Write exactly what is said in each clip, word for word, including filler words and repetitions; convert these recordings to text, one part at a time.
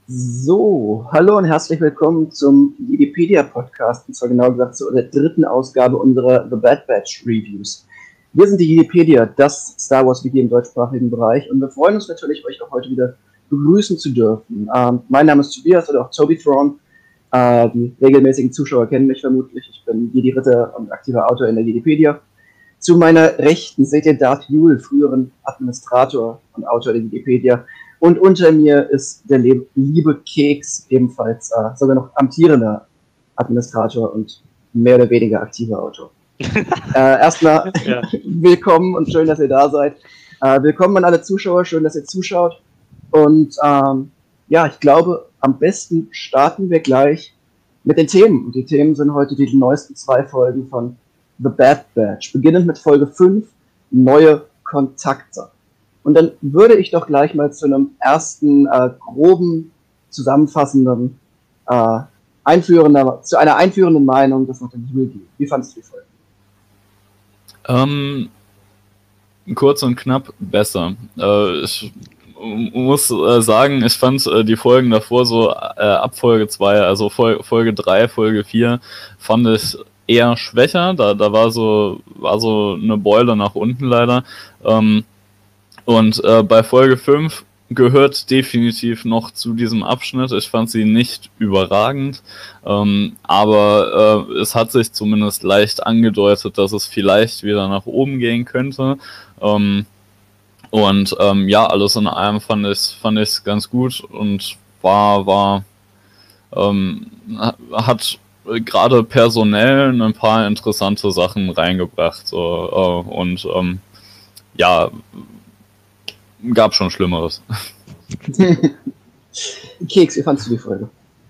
So, hallo und herzlich willkommen zum Jedipedia-Podcast, und zwar genau gesagt zu der dritten Ausgabe unserer The Bad Batch Reviews. Wir sind die Jedipedia, das Star Wars Wiki im deutschsprachigen Bereich, und wir freuen uns natürlich, euch auch heute wieder begrüßen zu dürfen. Ähm, mein Name ist Tobias oder auch Toby Thrawn. Äh, die regelmäßigen Zuschauer kennen mich vermutlich. Ich bin Jedi-Ritter und aktiver Autor in der Jedipedia. Zu meiner Rechten seht ihr Darth Yule, früheren Administrator und Autor der Jedipedia. Und unter mir ist der liebe Keks, ebenfalls äh, sogar noch amtierender Administrator und mehr oder weniger aktiver Autor. äh, erstmal ja. Willkommen und schön, dass ihr da seid. Äh, willkommen an alle Zuschauer, schön, dass ihr zuschaut. Und ähm, ja, ich glaube, am besten starten wir gleich mit den Themen. Und die Themen sind heute die neuesten zwei Folgen von The Bad Batch. Beginnend mit Folge fünf, neue Kontakte. Und dann würde ich doch gleich mal zu einem ersten äh, groben, zusammenfassenden, äh, einführender, zu einer einführenden Meinung des Unternehmens gehen. Wie fandest du die Folge? Ähm, kurz und knapp besser. Äh, ich muss äh, sagen, ich fand äh, die Folgen davor so äh, ab Folge zwei, also Fol- Folge drei, Folge vier, fand ich eher schwächer. Da, da war so war so eine Beule nach unten leider. Ähm, Und äh, bei Folge fünf gehört definitiv noch zu diesem Abschnitt. Ich fand sie nicht überragend, ähm, aber äh, es hat sich zumindest leicht angedeutet, dass es vielleicht wieder nach oben gehen könnte. Ähm, und ähm, ja, alles in allem fand ich fand ich ganz gut und war war ähm, hat gerade personell ein paar interessante Sachen reingebracht. So, äh, und ähm, ja, gab schon Schlimmeres. Keks, wie fandst du die Folge?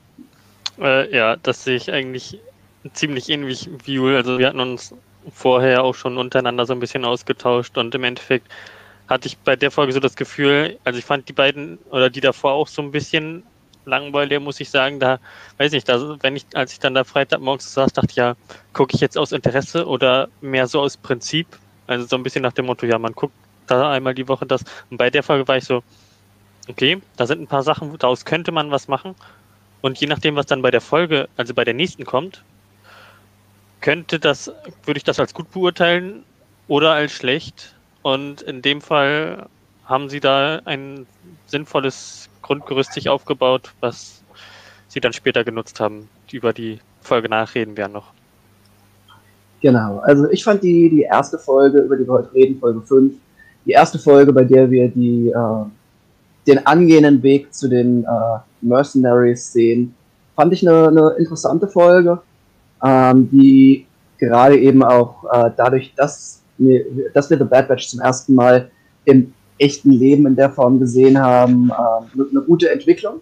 Äh, ja, das sehe ich eigentlich ziemlich ähnlich wie Jule. Also wir hatten uns vorher auch schon untereinander so ein bisschen ausgetauscht und im Endeffekt hatte ich bei der Folge so das Gefühl, also ich fand die beiden oder die davor auch so ein bisschen langweilig, muss ich sagen. Da, weiß nicht, da, wenn ich, als ich dann da Freitagmorgens saß, dachte ich, ja, gucke ich jetzt aus Interesse oder mehr so aus Prinzip? Also so ein bisschen nach dem Motto, ja, man guckt da einmal die Woche das. Und bei der Folge war ich so, okay, da sind ein paar Sachen, daraus könnte man was machen. Und je nachdem, was dann bei der Folge, also bei der nächsten kommt, könnte das, würde ich das als gut beurteilen oder als schlecht. Und in dem Fall haben sie da ein sinnvolles Grundgerüst sich aufgebaut, was sie dann später genutzt haben. Über die Folge nachreden wir noch. Genau, also ich fand die, die erste Folge, über die wir heute reden, Folge fünf, die erste Folge, bei der wir die, äh, den angehenden Weg zu den äh, Mercenaries sehen, fand ich eine, eine interessante Folge, ähm, die gerade eben auch äh, dadurch, dass wir, dass wir The Bad Batch zum ersten Mal im echten Leben in der Form gesehen haben, äh, eine, eine gute Entwicklung.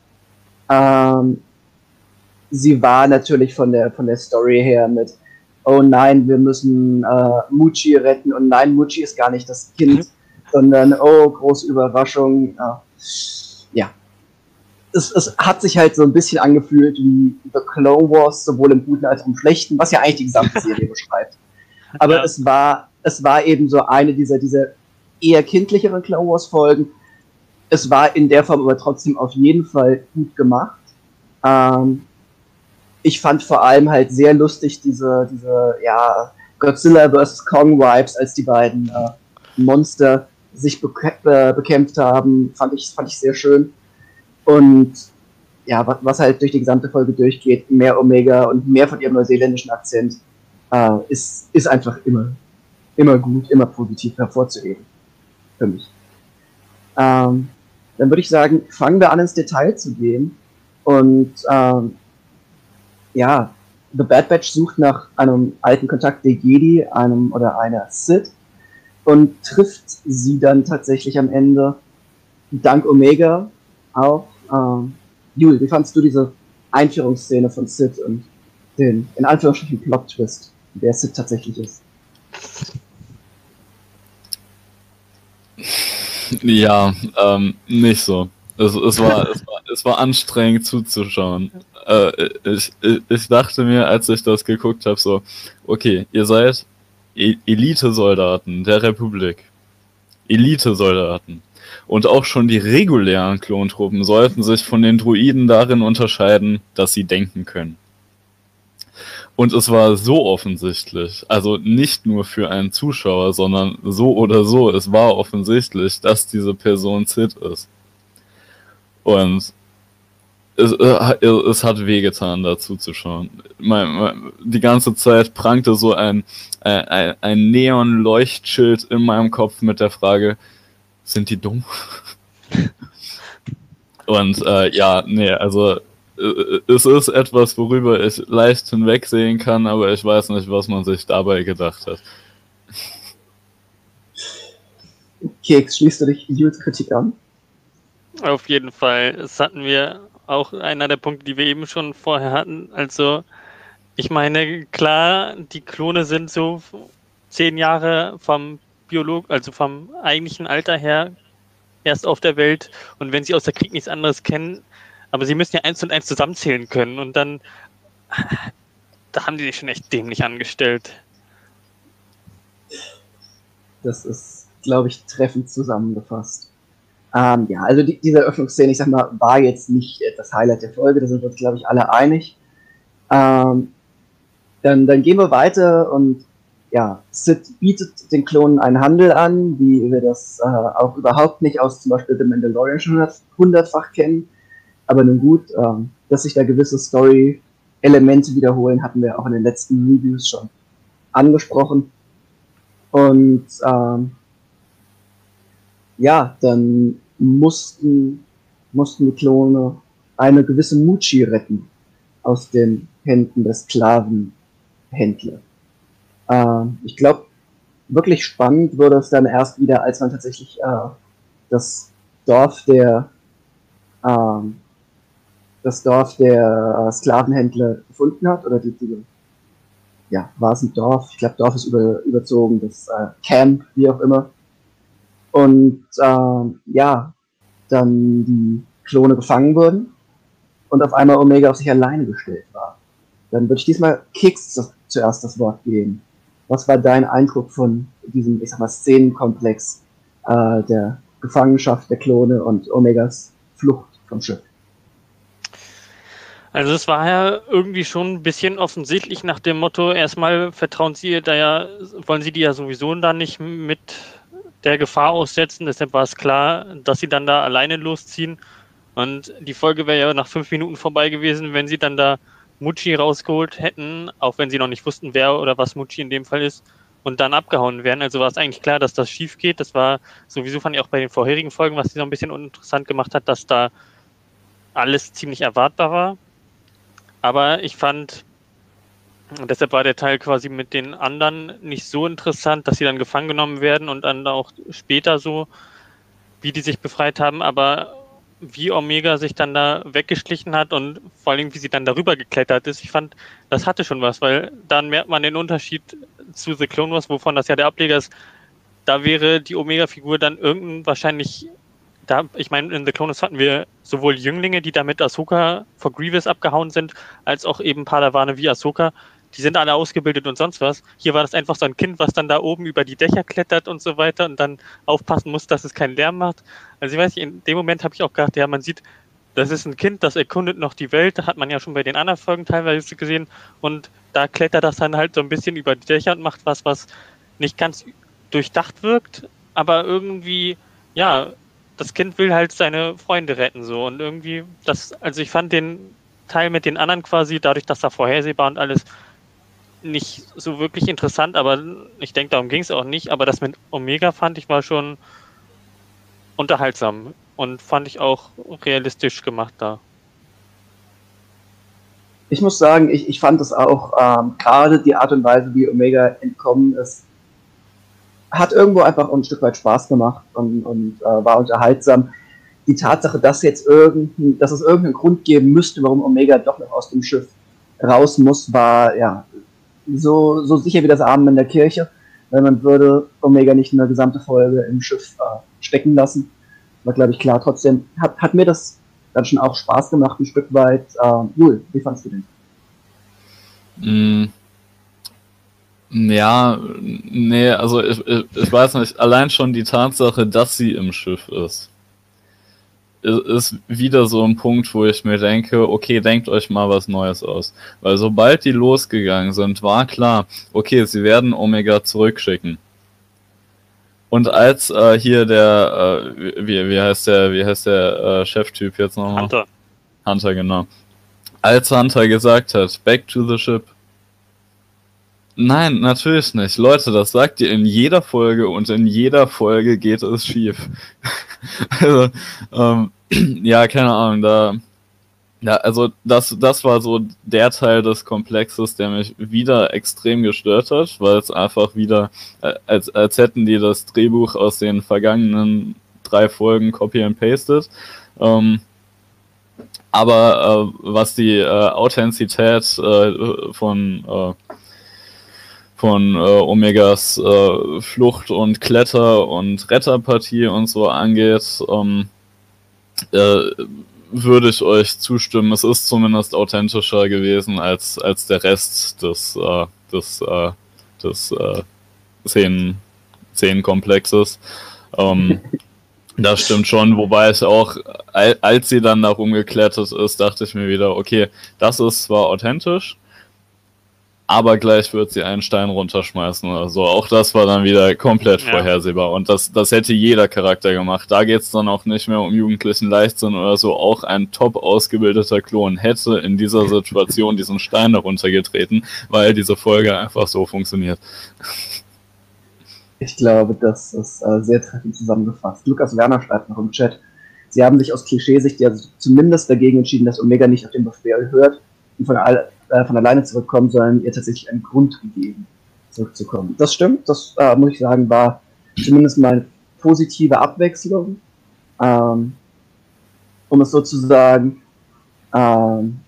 Ähm, sie war natürlich von der, von der Story her mit oh nein, wir müssen äh, Muchi retten und nein, Muchi ist gar nicht das Kind, mhm. sondern oh, große Überraschung. Ja, ja. Es, es hat sich halt so ein bisschen angefühlt wie The Clone Wars, sowohl im Guten als auch im Schlechten, was ja eigentlich die gesamte Serie beschreibt. Aber ja. es war es war eben so eine dieser, dieser eher kindlicheren Clone Wars Folgen. Es war in der Form aber trotzdem auf jeden Fall gut gemacht. Ähm, Ich fand vor allem halt sehr lustig diese, diese ja, Godzilla versus. Kong Vibes, als die beiden äh, Monster sich bek- äh, bekämpft haben, fand ich, fand ich sehr schön. Und ja, was, was halt durch die gesamte Folge durchgeht, mehr Omega und mehr von ihrem neuseeländischen Akzent, äh, ist, ist einfach immer, immer gut, immer positiv hervorzuheben. Für mich. Ähm, dann würde ich sagen, fangen wir an, ins Detail zu gehen. Und ähm, ja, The Bad Batch sucht nach einem alten Kontakt der Jedi, einem oder einer Sith, und trifft sie dann tatsächlich am Ende dank Omega auch. Ähm, Jule, wie fandst du diese Einführungsszene von Sith und den, in Anführungsstrichen, Plot-Twist, wer Sith tatsächlich ist? Ja, ähm, nicht so. Es, es, war, es, war, es war anstrengend zuzuschauen. Äh, ich, ich dachte mir, als ich das geguckt habe, so, okay, ihr seid E- Elite-Soldaten der Republik. Elite-Soldaten. Und auch schon die regulären Klontruppen sollten sich von den Druiden darin unterscheiden, dass sie denken können. Und es war so offensichtlich, also nicht nur für einen Zuschauer, sondern so oder so, es war offensichtlich, dass diese Person Cid ist. Und es, äh, es hat wehgetan, dazu zu schauen. Mein, mein, die ganze Zeit prangte so ein, ein, ein Neon-Leuchtschild in meinem Kopf mit der Frage, sind die dumm? Und äh, ja, nee, also es ist etwas, worüber ich leicht hinwegsehen kann, aber ich weiß nicht, was man sich dabei gedacht hat. Keks, schließt du dich Jules Kritik an? Auf jeden Fall. Das hatten wir auch einer der Punkte, die wir eben schon vorher hatten. Also, ich meine, klar, die Klone sind so zehn Jahre vom Biolog, also vom eigentlichen Alter her erst auf der Welt, und wenn sie aus der Krieg nichts anderes kennen, aber sie müssen ja eins und eins zusammenzählen können, und dann, da haben die sich schon echt dämlich angestellt. Das ist, glaube ich, treffend zusammengefasst. Ähm, ja, also die, diese Eröffnungsszene, ich sag mal, war jetzt nicht das Highlight der Folge, da sind wir uns, glaube ich, alle einig. Ähm, dann, dann gehen wir weiter und ja, Cid bietet den Klonen einen Handel an, wie wir das äh, auch überhaupt nicht aus zum Beispiel The Mandalorian schon hundertfach kennen. Aber nun gut, ähm, dass sich da gewisse Story-Elemente wiederholen, hatten wir auch in den letzten Reviews schon angesprochen. Und ähm, ja, dann mussten, mussten die Klone eine gewisse Muchi retten aus den Händen der Sklavenhändler. Ähm, ich glaube, wirklich spannend wurde es dann erst wieder, als man tatsächlich äh, das Dorf der ähm, das Dorf der äh, Sklavenhändler gefunden hat, oder die, die ja, war es ein Dorf, ich glaube, Dorf ist über, überzogen, das äh, Camp, wie auch immer. Und ähm, ja, dann die Klone gefangen wurden und auf einmal Omega auf sich alleine gestellt war. Dann würde ich diesmal Keks das, zuerst das Wort geben. Was war dein Eindruck von diesem, ich sag mal, Szenenkomplex äh, der Gefangenschaft der Klone und Omegas Flucht vom Schiff? Also es war ja irgendwie schon ein bisschen offensichtlich nach dem Motto, erstmal vertrauen sie ihr da ja, wollen sie die ja sowieso dann nicht mit der Gefahr aussetzen, deshalb war es klar, dass sie dann da alleine losziehen, und die Folge wäre ja nach fünf Minuten vorbei gewesen, wenn sie dann da Muchi rausgeholt hätten, auch wenn sie noch nicht wussten, wer oder was Muchi in dem Fall ist, und dann abgehauen wären. Also war es eigentlich klar, dass das schief geht. Das war sowieso, fand ich auch bei den vorherigen Folgen, was sie so ein bisschen uninteressant gemacht hat, dass da alles ziemlich erwartbar war. Aber ich fand, und deshalb war der Teil quasi mit den anderen nicht so interessant, dass sie dann gefangen genommen werden und dann auch später so, wie die sich befreit haben, aber wie Omega sich dann da weggeschlichen hat und vor allem, wie sie dann darüber geklettert ist, ich fand, das hatte schon was, weil dann merkt man den Unterschied zu The Clone Wars, wovon das ja der Ableger ist. Da wäre die Omega-Figur dann irgendein wahrscheinlich, da, ich meine, in The Clone Wars hatten wir sowohl Jünglinge, die da mit Ahsoka vor Grievous abgehauen sind, als auch eben Padawane wie Ahsoka. Die sind alle ausgebildet und sonst was. Hier war das einfach so ein Kind, was dann da oben über die Dächer klettert und so weiter und dann aufpassen muss, dass es keinen Lärm macht. Also ich weiß nicht, in dem Moment habe ich auch gedacht, ja, man sieht, das ist ein Kind, das erkundet noch die Welt. Das hat man ja schon bei den anderen Folgen teilweise gesehen. Und da klettert das dann halt so ein bisschen über die Dächer und macht was, was nicht ganz durchdacht wirkt, aber irgendwie, ja, das Kind will halt seine Freunde retten, so. Und irgendwie, das, also ich fand den Teil mit den anderen quasi, dadurch, dass da vorhersehbar und alles, nicht so wirklich interessant, aber ich denke, darum ging es auch nicht. Aber das mit Omega fand ich war schon unterhaltsam und fand ich auch realistisch gemacht da. Ich muss sagen, ich, ich fand es auch, ähm, gerade die Art und Weise, wie Omega entkommen ist, hat irgendwo einfach ein Stück weit Spaß gemacht und, und äh, war unterhaltsam. Die Tatsache, dass jetzt irgendein, dass es irgendeinen Grund geben müsste, warum Omega doch noch aus dem Schiff raus muss, war ja so, so sicher wie das Amen in der Kirche, weil man würde Omega nicht eine gesamte Folge im Schiff äh, stecken lassen. War, glaube ich, klar. Trotzdem hat, hat mir das dann schon auch Spaß gemacht, ein Stück weit. Äh, Jul, wie fandst du den? Mm. Ja, nee, also ich, ich, ich weiß nicht, allein schon die Tatsache, dass sie im Schiff ist, ist wieder so ein Punkt, wo ich mir denke, okay, denkt euch mal was Neues aus. Weil sobald die losgegangen sind, war klar, okay, sie werden Omega zurückschicken. Und als äh, hier der, äh, wie, wie heißt der, wie heißt der äh, Cheftyp jetzt nochmal? Hunter. Hunter, genau. Als Hunter gesagt hat, back to the ship. Nein, natürlich nicht. Leute, das sagt ihr in jeder Folge und in jeder Folge geht es schief. Also, ähm, ja, keine Ahnung, da, ja, also das, das war so der Teil des Komplexes, der mich wieder extrem gestört hat, weil es einfach wieder, äh, als, als hätten die das Drehbuch aus den vergangenen drei Folgen copy and pasted. Ähm, aber äh, was die äh, Authentizität äh, von äh, von äh, Omegas äh, Flucht- und Kletter- und Retterpartie und so angeht, ähm, äh, würde ich euch zustimmen. Es ist zumindest authentischer gewesen als, als der Rest des, äh, des, äh, des äh, Szenen, Szenenkomplexes. Ähm, das stimmt schon, wobei ich auch, als sie dann da rumgeklettert ist, dachte ich mir wieder, okay, das ist zwar authentisch, aber gleich wird sie einen Stein runterschmeißen oder so. Auch das war dann wieder komplett ja. vorhersehbar. Und das, das hätte jeder Charakter gemacht. Da geht es dann auch nicht mehr um jugendlichen Leichtsinn oder so. Auch ein top ausgebildeter Klon hätte in dieser Situation diesen Stein heruntergetreten, weil diese Folge einfach so funktioniert. Ich glaube, das ist äh, sehr treffend zusammengefasst. Lukas Werner schreibt noch im Chat, sie haben sich aus Klischeesicht ja zumindest dagegen entschieden, dass Omega nicht auf den Befehl hört und von all von alleine zurückkommen, sondern ihr tatsächlich einen Grund gegeben, zurückzukommen. Das stimmt, das äh, muss ich sagen, war zumindest mal eine positive Abwechslung. Ähm, um es so zu sagen, ähm,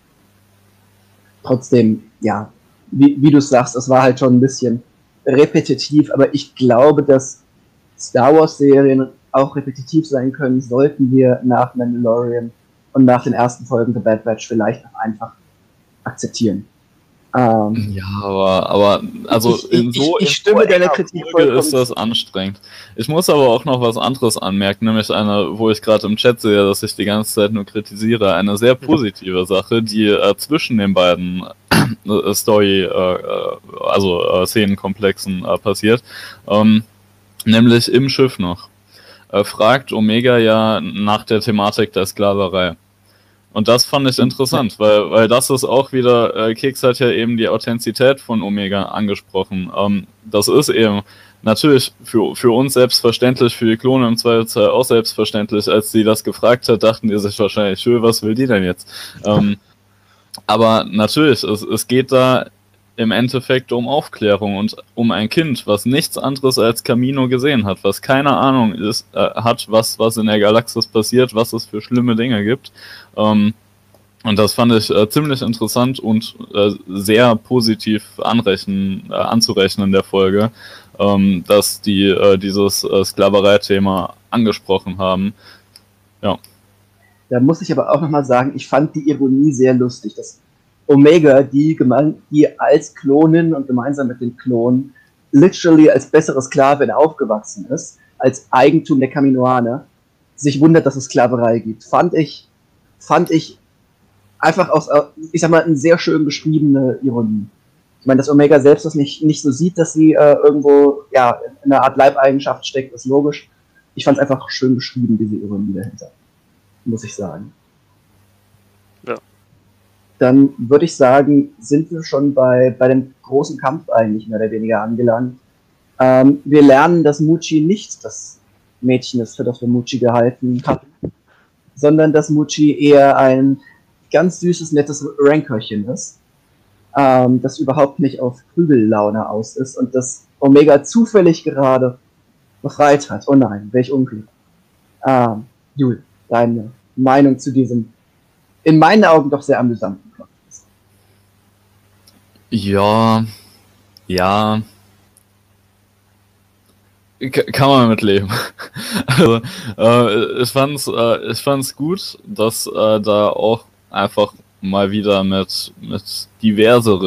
trotzdem, ja, wie, wie du sagst, es war halt schon ein bisschen repetitiv, aber ich glaube, dass Star Wars-Serien auch repetitiv sein können, sollten wir nach Mandalorian und nach den ersten Folgen The Bad Batch vielleicht auch einfach akzeptieren. Ähm, ja, aber, aber also ich, in ich, so, ich, ich stimme deiner Kritik Folge ist das anstrengend. Ich muss aber auch noch was anderes anmerken, nämlich eine, wo ich gerade im Chat sehe, dass ich die ganze Zeit nur kritisiere, eine sehr positive Sache, die äh, zwischen den beiden äh, Story, äh, also äh, Szenenkomplexen äh, passiert, ähm, nämlich im Schiff noch. Äh, fragt Omega ja nach der Thematik der Sklaverei. Und das fand ich interessant, weil, weil das ist auch wieder, äh, Keks hat ja eben die Authentizität von Omega angesprochen. Ähm, das ist eben natürlich für, für uns selbstverständlich, für die Klone im Zweifelsfall auch selbstverständlich. Als sie das gefragt hat, dachten die sich wahrscheinlich, schön, was will die denn jetzt? Ähm, aber natürlich, es, es geht da im Endeffekt um Aufklärung und um ein Kind, was nichts anderes als Kamino gesehen hat, was keine Ahnung ist, äh, hat, was, was in der Galaxis passiert, was es für schlimme Dinge gibt. Ähm, und das fand ich äh, ziemlich interessant und äh, sehr positiv anrechnen, äh, anzurechnen in der Folge, ähm, dass die äh, dieses äh, Sklaverei-Thema angesprochen haben. Ja. Da muss ich aber auch nochmal sagen, ich fand die Ironie sehr lustig, dass Omega, die, die als Klonin und gemeinsam mit den Klonen literally als bessere Sklavin aufgewachsen ist, als Eigentum der Kaminoaner, sich wundert, dass es Sklaverei gibt. Fand ich, fand ich einfach aus, ich sag mal, eine sehr schön beschriebene Ironie. Ich meine, dass Omega selbst das nicht, nicht so sieht, dass sie äh, irgendwo ja, in einer Art Leibeigenschaft steckt, ist logisch. Ich fand es einfach schön beschrieben, diese Ironie dahinter, muss ich sagen. Ja. Dann würde ich sagen, sind wir schon bei, bei dem großen Kampf eigentlich mehr oder weniger angelangt. Ähm, wir lernen, dass Muchi nicht das Mädchen ist, für das wir Muchi gehalten hatten, sondern dass Muchi eher ein ganz süßes, nettes Rankerchen ist, ähm, das überhaupt nicht auf Prügellaune aus ist und das Omega zufällig gerade befreit hat. Oh nein, welch Unglück. Ähm, Jul, deine Meinung zu diesem in meinen Augen doch sehr amüsanten Plot ist. Ja, ja. K- kann man mit leben. Also, äh, ich fand's, äh, ich fand's gut, dass äh, da auch einfach mal wieder mit, mit diverseren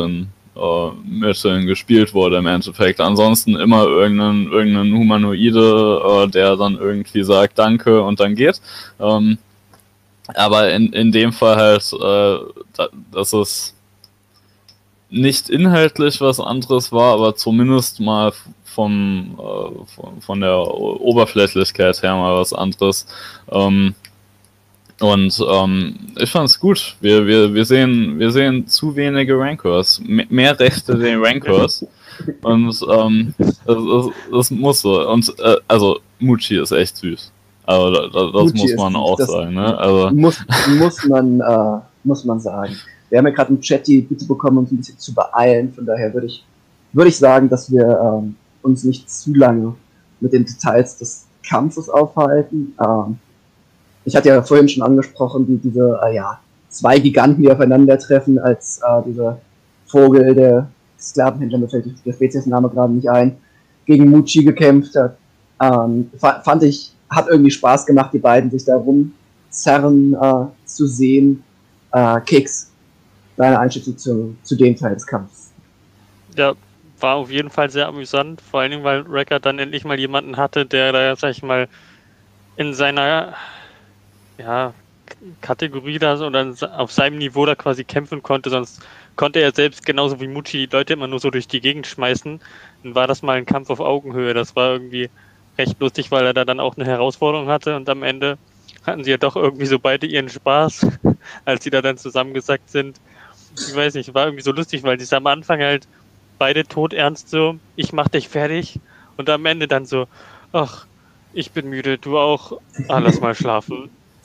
äh, Mitteln gespielt wurde im Endeffekt. Ansonsten immer irgendein, irgendein Humanoide, äh, der dann irgendwie sagt Danke und dann geht. Ähm, aber in, in dem Fall halt, äh, da, dass es nicht inhaltlich was anderes war, aber zumindest mal vom, äh, von, von der Oberflächlichkeit her mal was anderes. Ähm, und ähm, ich fand's gut. Wir, wir, wir, sehen, wir sehen zu wenige Rancors. M mehr Rechte den Rancors. Und ähm, das, das, das muss so. Und äh, also Muchi ist echt süß. Also da, da, das Muchi muss man süß. auch Das sagen. Ne? Also, muss, muss, man, äh, muss man sagen. Wir haben ja gerade einen Chat die Bitte bekommen, uns ein bisschen zu beeilen. Von daher würde ich, würde ich sagen, dass wir ähm, uns nicht zu lange mit den Details des Kampfes aufhalten. Ähm, ich hatte ja vorhin schon angesprochen, die, diese äh, ja, zwei Giganten, die aufeinandertreffen, als äh, dieser Vogel, der Sklavenhändler, mir fällt der Speziesname gerade nicht ein, gegen Muchi gekämpft hat. Ähm, fand ich, hat irgendwie Spaß gemacht, die beiden sich da rumzerren äh, zu sehen. Äh, Keks, deine Einschätzung zu, zu dem Teil des Kampfs? Ja, war auf jeden Fall sehr amüsant, vor allen Dingen, weil Wrecker dann endlich mal jemanden hatte, der da, sag ich mal, in seiner ja, Kategorie da so oder auf seinem Niveau da quasi kämpfen konnte, sonst konnte er selbst genauso wie Muchi die Leute immer nur so durch die Gegend schmeißen. Dann war das mal ein Kampf auf Augenhöhe. Das war irgendwie recht lustig, weil er da dann auch eine Herausforderung hatte und am Ende hatten sie ja doch irgendwie so beide ihren Spaß, als sie da dann zusammengesackt sind. Ich weiß nicht, war irgendwie so lustig, weil die am Anfang halt beide todernst so, ich mach dich fertig und am Ende dann so, ach, ich bin müde, du auch, ah, lass mal schlafen.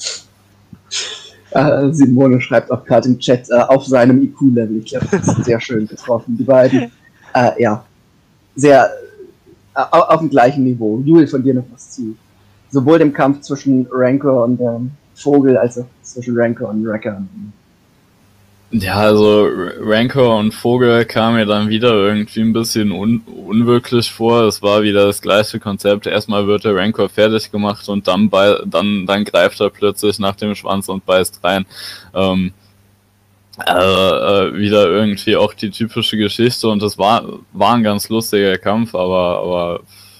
Äh, Simone schreibt auch gerade im Chat äh, auf seinem I Q-Level. Ich glaube, das ist sehr schön getroffen. Die beiden, äh, ja, sehr äh, auf dem gleichen Niveau. Jule, von dir noch was zu. Sowohl dem Kampf zwischen Rancor und ähm, Vogel, als auch zwischen Rancor und Wrecker. ja, also Rancor und Vogel kam mir dann wieder irgendwie ein bisschen un unwirklich vor. Es war wieder das gleiche Konzept. Erstmal wird der Rancor fertig gemacht und dann, bei, dann, dann greift er plötzlich nach dem Schwanz und beißt rein. Ähm, äh, äh, wieder irgendwie auch die typische Geschichte und das war, war ein ganz lustiger Kampf, aber, aber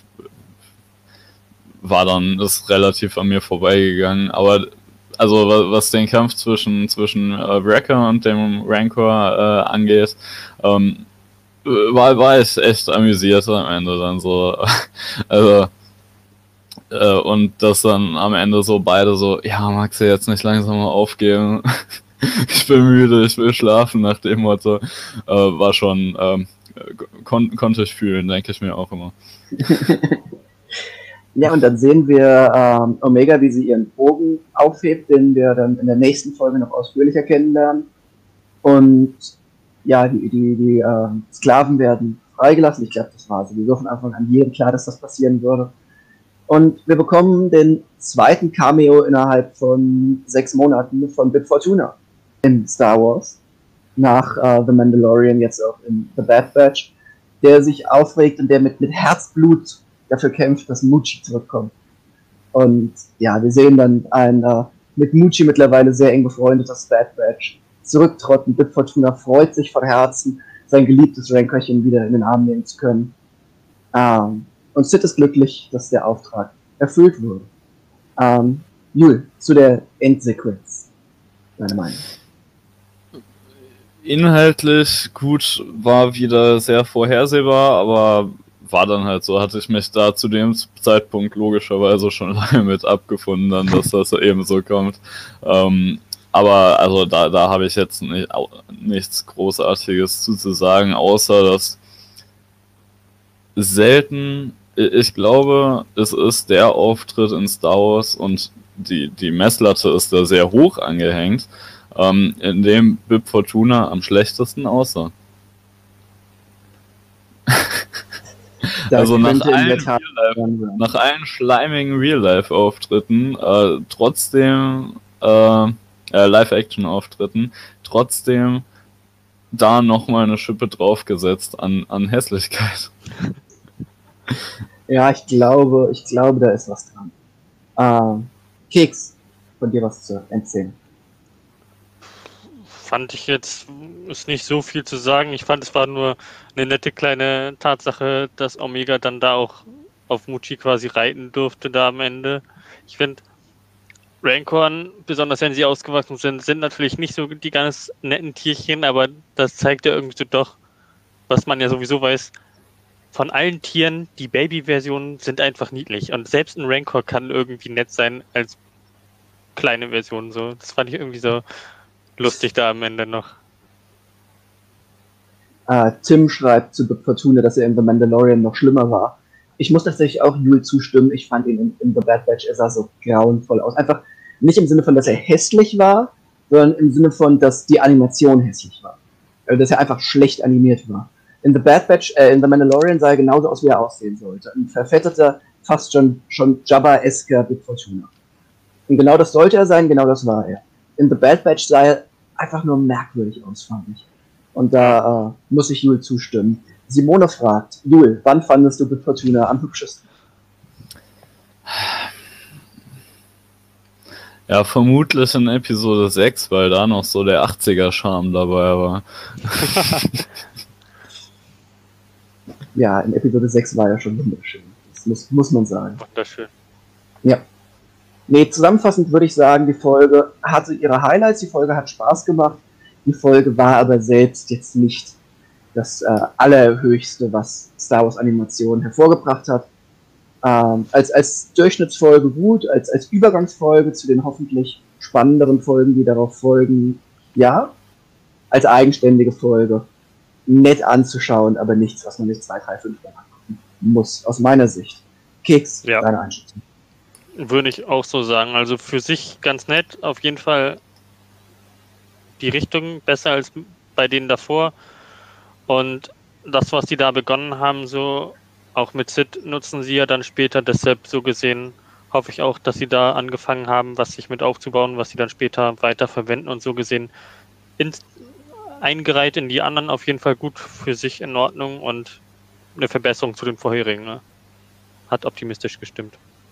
war dann ist relativ an mir vorbeigegangen. Aber also was den Kampf zwischen zwischen äh, Wrecker und dem Rancor äh, angeht, ähm, war, war ich echt amüsiert am Ende dann so. Also äh, und dass dann am Ende so beide so, ja, magst du jetzt nicht langsam mal aufgeben? Ich bin müde, ich will schlafen nach dem Motto. Äh, war schon, ähm, kon konnte ich fühlen, denke ich mir auch immer. Ja, und dann sehen wir ähm, Omega, wie sie ihren Bogen aufhebt, den wir dann in der nächsten Folge noch ausführlicher kennenlernen. Und ja, die, die, die äh, Sklaven werden freigelassen. Ich glaube, das war sowieso von Anfang an jedem klar, dass das passieren würde. Und wir bekommen den zweiten Cameo innerhalb von sechs Monaten von Bib Fortuna in Star Wars. Nach äh, The Mandalorian, jetzt auch in The Bad Batch, der sich aufregt und der mit, mit Herzblut dafür kämpft, dass Muchi zurückkommt. Und ja, wir sehen dann ein äh, mit Muchi mittlerweile sehr eng befreundetes Bad Batch zurücktrotten. Bib Fortuna freut sich von Herzen, sein geliebtes Rancorchen wieder in den Arm nehmen zu können. Ähm, und Sid ist glücklich, dass der Auftrag erfüllt wurde. Ähm, Jule, zu der Endsequenz. Deine Meinung? Inhaltlich gut, war wieder sehr vorhersehbar, aber war dann halt so, hatte ich mich da zu dem Zeitpunkt logischerweise schon lange mit abgefunden, dann, dass das eben so kommt. Ähm, aber also da, da habe ich jetzt nicht, nichts Großartiges zu, zu sagen, außer dass selten, ich glaube, es ist der Auftritt in Star Wars und die, die Messlatte ist da sehr hoch angehängt, ähm, in dem Bib Fortuna am schlechtesten aussah. Also nach allen, nach allen schleimigen Real-Life-Auftritten, äh, trotzdem, äh, äh, Live-Action-Auftritten, trotzdem da nochmal eine Schippe draufgesetzt an, an Hässlichkeit. Ja, ich glaube, ich glaube, da ist was dran. Ähm, Keks, von dir was zu erzählen. fand ich jetzt, ist nicht so viel zu sagen. Ich fand, es war nur eine nette kleine Tatsache, dass Omega dann da auch auf Muchi quasi reiten durfte da am Ende. Ich finde, Rancorn, besonders wenn sie ausgewachsen sind, sind natürlich nicht so die ganz netten Tierchen, aber das zeigt ja irgendwie so doch, was man ja sowieso weiß, von allen Tieren, die Baby-Versionen sind einfach niedlich. Und selbst ein Rancor kann irgendwie nett sein als kleine Version. So. Das fand ich irgendwie so lustig da am Ende noch. Uh, Tim schreibt zu Bib Fortuna, dass er in The Mandalorian noch schlimmer war. Ich muss tatsächlich auch Yul zustimmen. Ich fand ihn in, in The Bad Batch, er sah so grauenvoll aus. Einfach nicht im Sinne von, dass er hässlich war, sondern im Sinne von, dass die Animation hässlich war. Also, dass er einfach schlecht animiert war. In The Bad Batch, äh, in The Mandalorian sah er genauso aus, wie er aussehen sollte. Ein verfetteter, fast schon, schon Jabba-esker Bib Fortuna. Und genau das sollte er sein, genau das war er. In The Bad Batch sah er einfach nur merkwürdig aus, fand ich. Und da äh, muss ich Yul zustimmen. Simone fragt, Yul, wann fandest du Bib Fortuna am hübschesten? Ja, vermutlich in Episode sechs, weil da noch so der achtziger-Charme dabei war. Ja, in Episode sechs war er schon wunderschön. Das muss, muss man sagen. Wunderschön. Ja. Nee, zusammenfassend würde ich sagen, die Folge hatte ihre Highlights, die Folge hat Spaß gemacht. Die Folge war aber selbst jetzt nicht das äh, Allerhöchste, was Star Wars Animation hervorgebracht hat. Ähm, als, als Durchschnittsfolge gut, als, als Übergangsfolge zu den hoffentlich spannenderen Folgen, die darauf folgen, ja. Als eigenständige Folge nett anzuschauen, aber nichts, was man nicht zwei, drei, fünf Mal angucken muss, aus meiner Sicht. Keks, ja. Deine Einschätzung. Würde ich auch so sagen. Also für sich ganz nett, auf jeden Fall die Richtung besser als bei denen davor. Und das, was die da begonnen haben, so auch mit Sid nutzen sie ja dann später, deshalb so gesehen hoffe ich auch, dass sie da angefangen haben, was sich mit aufzubauen, was sie dann später weiter verwenden und so gesehen ins, eingereiht in die anderen auf jeden Fall gut für sich in Ordnung und eine Verbesserung zu den vorherigen. Ne? Hat optimistisch gestimmt.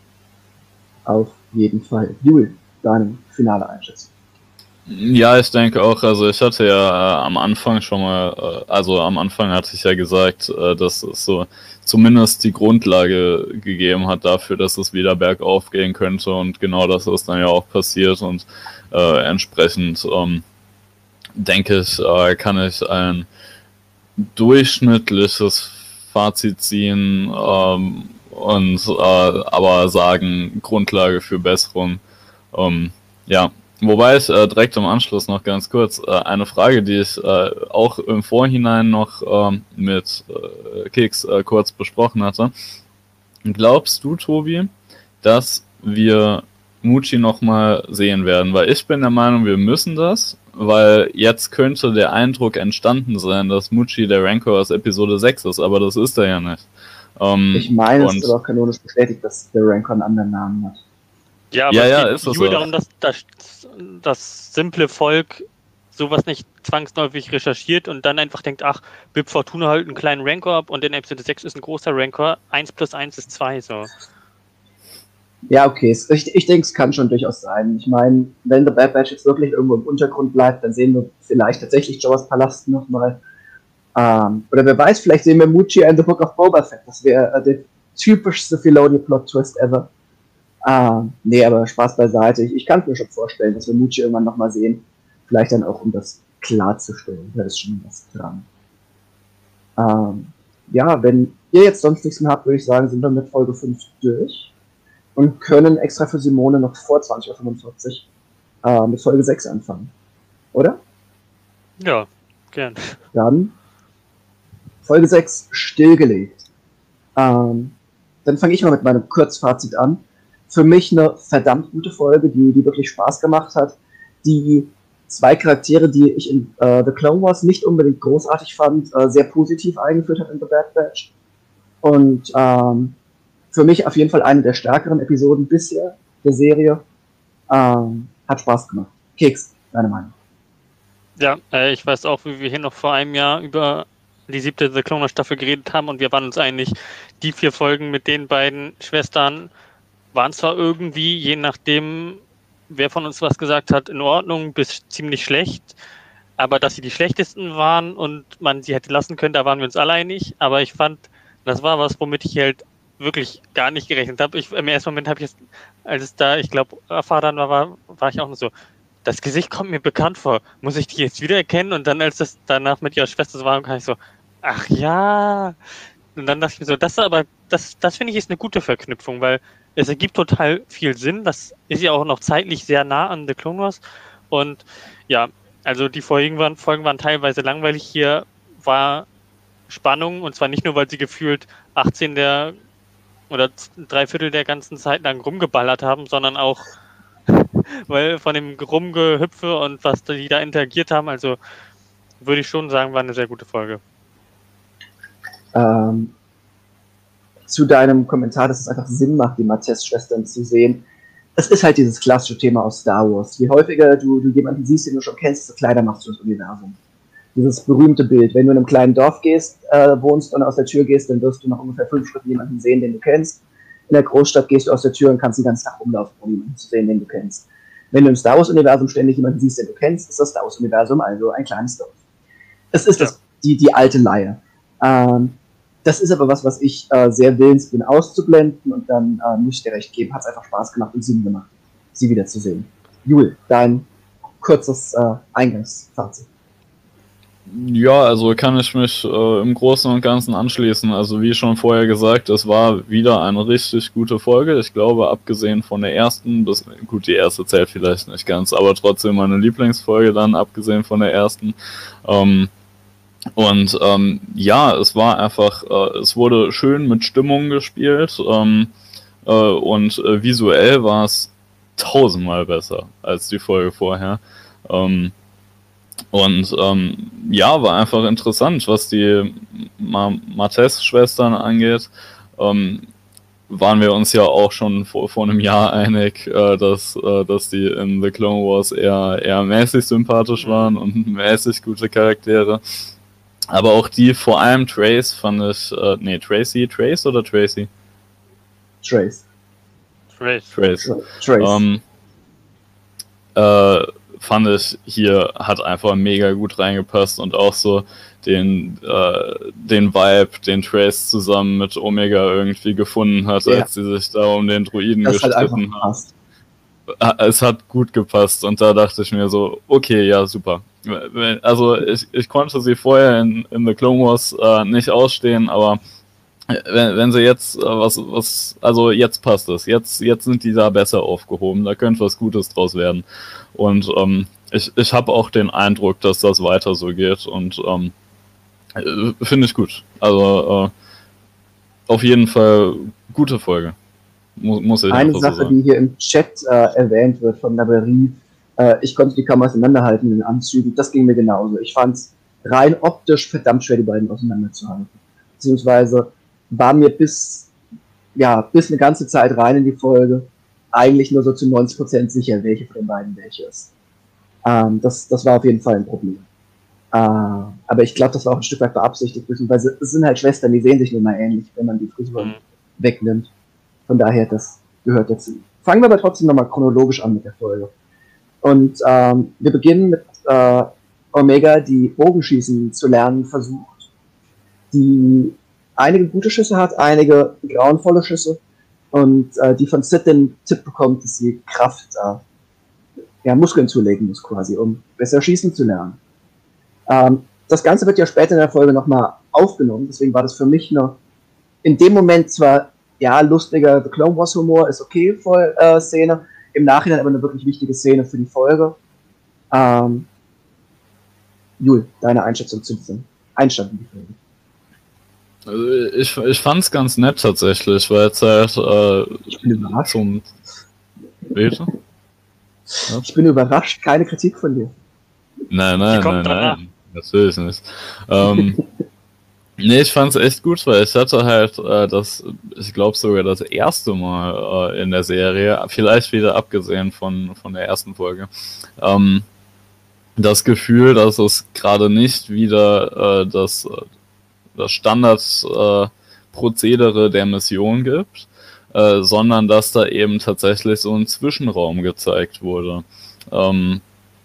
Auf jeden Fall. Yul, deine finale Einschätzung. Ja, ich denke auch, also ich hatte ja äh, am Anfang schon mal, äh, also am Anfang hatte ich ja gesagt, äh, dass es so zumindest die Grundlage gegeben hat dafür, dass es wieder bergauf gehen könnte und genau das ist dann ja auch passiert und äh, entsprechend ähm, denke ich, äh, kann ich ein durchschnittliches Fazit ziehen ähm, und äh, aber sagen, Grundlage für Besserung, ähm, ja. Wobei ich äh, direkt im Anschluss noch ganz kurz äh, eine Frage, die ich äh, auch im Vorhinein noch ähm, mit äh, Keks äh, kurz besprochen hatte. Glaubst du, Tobi, dass wir Muchi nochmal sehen werden? Weil ich bin der Meinung, wir müssen das, weil jetzt könnte der Eindruck entstanden sein, dass Muchi der Rancor aus Episode sechs ist, aber das ist er ja nicht. Ähm, ich meine, es ist aber auch kanonisch bestätigt, dass der Rancor einen anderen Namen hat. Ja, aber ja, es ja, geht ist das nur so. darum, dass das, das simple Volk sowas nicht zwangsläufig recherchiert und dann einfach denkt, ach, Bib Fortuna halt einen kleinen Rancor ab und in Episode sechs ist ein großer Rancor, eins plus eins ist zwei, so. Ja, okay, ich, ich denke, es kann schon durchaus sein. Ich meine, wenn The Bad Batch jetzt wirklich irgendwo im Untergrund bleibt, dann sehen wir vielleicht tatsächlich Jabba's Palast nochmal. Ähm, oder wer weiß, vielleicht sehen wir Muchi in The Book of Boba Fett. Das wäre äh, der typischste Filoni-Plot-Twist ever. Ah, nee, aber Spaß beiseite. Ich, ich kann mir schon vorstellen, dass wir Muchi irgendwann nochmal sehen. Vielleicht dann auch, um das klarzustellen. Da ist schon was dran. Ähm, ja, wenn ihr jetzt sonst nichts mehr habt, würde ich sagen, sind wir mit Folge fünf durch. Und können extra für Simone noch vor zwanzig Uhr fünfundvierzig äh, mit Folge sechs anfangen. Oder? Ja, gern. Dann Folge sechs stillgelegt. Ähm, dann fange ich mal mit meinem Kurzfazit an. Für mich eine verdammt gute Folge, die, die wirklich Spaß gemacht hat. Die zwei Charaktere, die ich in äh, The Clone Wars nicht unbedingt großartig fand, äh, sehr positiv eingeführt hat in The Bad Batch. Und ähm, für mich auf jeden Fall eine der stärkeren Episoden bisher der Serie. Ähm, hat Spaß gemacht. Keks, deine Meinung? Ja, äh, ich weiß auch, wie wir hier noch vor einem Jahr über die siebte The Clone Wars Staffel geredet haben und wir waren uns einig, die vier Folgen mit den beiden Schwestern waren zwar irgendwie, je nachdem, wer von uns was gesagt hat, in Ordnung bis ziemlich schlecht, aber dass sie die schlechtesten waren und man sie hätte lassen können, da waren wir uns alle einig. Aber ich fand, das war was, womit ich halt wirklich gar nicht gerechnet habe. Ich, im ersten Moment habe ich es, als es da, ich glaube, Fadan war, war, war ich auch nur so, das Gesicht kommt mir bekannt vor. Muss ich die jetzt wiedererkennen? Und dann, als das danach mit ihrer Schwester so war, kann ich so, ach ja. Und dann dachte ich mir so, das aber, das, das finde ich ist eine gute Verknüpfung, weil es ergibt total viel Sinn. Das ist ja auch noch zeitlich sehr nah an The Clone Wars. Und ja, also die vorherigen waren, Folgen waren teilweise langweilig. Hier war Spannung, und zwar nicht nur, weil sie gefühlt achtzehn der oder drei Viertel der ganzen Zeit lang rumgeballert haben, sondern auch weil von dem Rumgehüpfe und was die da interagiert haben, also würde ich schon sagen, war eine sehr gute Folge. Ähm, zu deinem Kommentar, dass es einfach Sinn macht, die Mathes-Schwestern zu sehen. Es ist halt dieses klassische Thema aus Star Wars. Je häufiger du, du jemanden siehst, den du schon kennst, desto kleiner machst du das Universum. Dieses berühmte Bild, wenn du in einem kleinen Dorf gehst, äh, wohnst und aus der Tür gehst, dann wirst du nach ungefähr fünf Schritten jemanden sehen, den du kennst. In der Großstadt gehst du aus der Tür und kannst den ganzen Tag rumlaufen, um jemanden zu sehen, den du kennst. Wenn du im Star Wars-Universum ständig jemanden siehst, den du kennst, ist das Star Wars-Universum also ein kleines Dorf. Es ist das, die, die alte Leier. Ähm, das ist aber was, was ich äh, sehr willens bin auszublenden, und dann äh, muss ich dir recht geben, hat es einfach Spaß gemacht und Sinn gemacht, sie wiederzusehen. Jul, dein kurzes äh, Eingangsfazit. Ja, also kann ich mich äh, im Großen und Ganzen anschließen. Also wie schon vorher gesagt, es war wieder eine richtig gute Folge. Ich glaube, abgesehen von der ersten, bis, gut, die erste zählt vielleicht nicht ganz, aber trotzdem meine Lieblingsfolge dann, abgesehen von der ersten. Ähm, und ähm, ja, es war einfach, äh, es wurde schön mit Stimmung gespielt, ähm, äh, und äh, visuell war es tausendmal besser als die Folge vorher. Ähm, Und ähm, ja, war einfach interessant, was die Ma- Mathes-Schwestern angeht. Ähm, waren wir uns ja auch schon vor, vor einem Jahr einig, äh, dass, äh, dass die in The Clone Wars eher, eher mäßig sympathisch waren und mäßig gute Charaktere. Aber auch die, vor allem Trace, fand ich, äh, nee, Tracy, Trace oder Tracy? Trace. Trace. Trace. Trace. Ähm, äh, fand ich, hier hat einfach mega gut reingepasst, und auch so den, äh, den Vibe, den Trace zusammen mit Omega irgendwie gefunden hat, Ja. als sie sich da um den Druiden Das hat einfach gestritten haben. gepasst. Es hat gut gepasst, und da dachte ich mir so, okay, ja, super. Also ich, ich konnte sie vorher in, in The Clone Wars äh, nicht ausstehen, aber wenn, wenn sie jetzt äh, was, was, also jetzt passt es, jetzt, jetzt sind die da besser aufgehoben, da könnte was Gutes draus werden. Und ähm, ich, ich habe auch den Eindruck, dass das weiter so geht, und ähm, finde ich gut. Also äh, auf jeden Fall gute Folge. Muss, muss ich Eine einfach Sache, so sagen. die hier im Chat äh, erwähnt wird von Laberie, äh, ich konnte die kaum auseinanderhalten in den Anzügen, das ging mir genauso. Ich fand es rein optisch verdammt schwer, die beiden auseinanderzuhalten. Beziehungsweise war mir bis, ja, bis eine ganze Zeit rein in die Folge eigentlich nur so zu neunzig Prozent sicher, welche von den beiden welche ist. Ähm, das, das war auf jeden Fall ein Problem. Äh, aber ich glaube, das war auch ein Stück weit beabsichtigt, beziehungsweise es sind halt Schwestern, die sehen sich nun mal ähnlich, wenn man die Frisur Mhm. wegnimmt. Von daher, das gehört dazu. Fangen wir aber trotzdem nochmal chronologisch an mit der Folge. Und ähm, wir beginnen mit äh, Omega, die Bogenschießen zu lernen versucht, die einige gute Schüsse hat, einige grauenvolle Schüsse, und äh, die von Sid den Tipp bekommt, dass sie Kraft, äh, ja, Muskeln zulegen muss quasi, um besser schießen zu lernen. Ähm, das Ganze wird ja später in der Folge nochmal aufgenommen, deswegen war das für mich noch in dem Moment zwar, ja, lustiger The Clone Wars Humor, ist okay, voll äh, Szene, im Nachhinein aber eine wirklich wichtige Szene für die Folge. Ähm, Jul, deine Einschätzung zu diesem Einstand in die Folge. Also ich, ich fand's ganz nett tatsächlich, weil es halt äh, Ich bin überrascht. zum... Bitte? Ich bin überrascht, keine Kritik von dir. Nein, Die nein, kommt nein, danach. nein, natürlich nicht. Ähm, nee, ich fand's echt gut, weil ich hatte halt äh, das, ich glaube sogar das erste Mal äh, in der Serie, vielleicht wieder abgesehen von, von der ersten Folge, ähm, das Gefühl, dass es gerade nicht wieder äh, das, das Standardprozedere äh, Prozedere der Mission gibt, äh, sondern dass da eben tatsächlich so ein Zwischenraum gezeigt wurde. Ähm,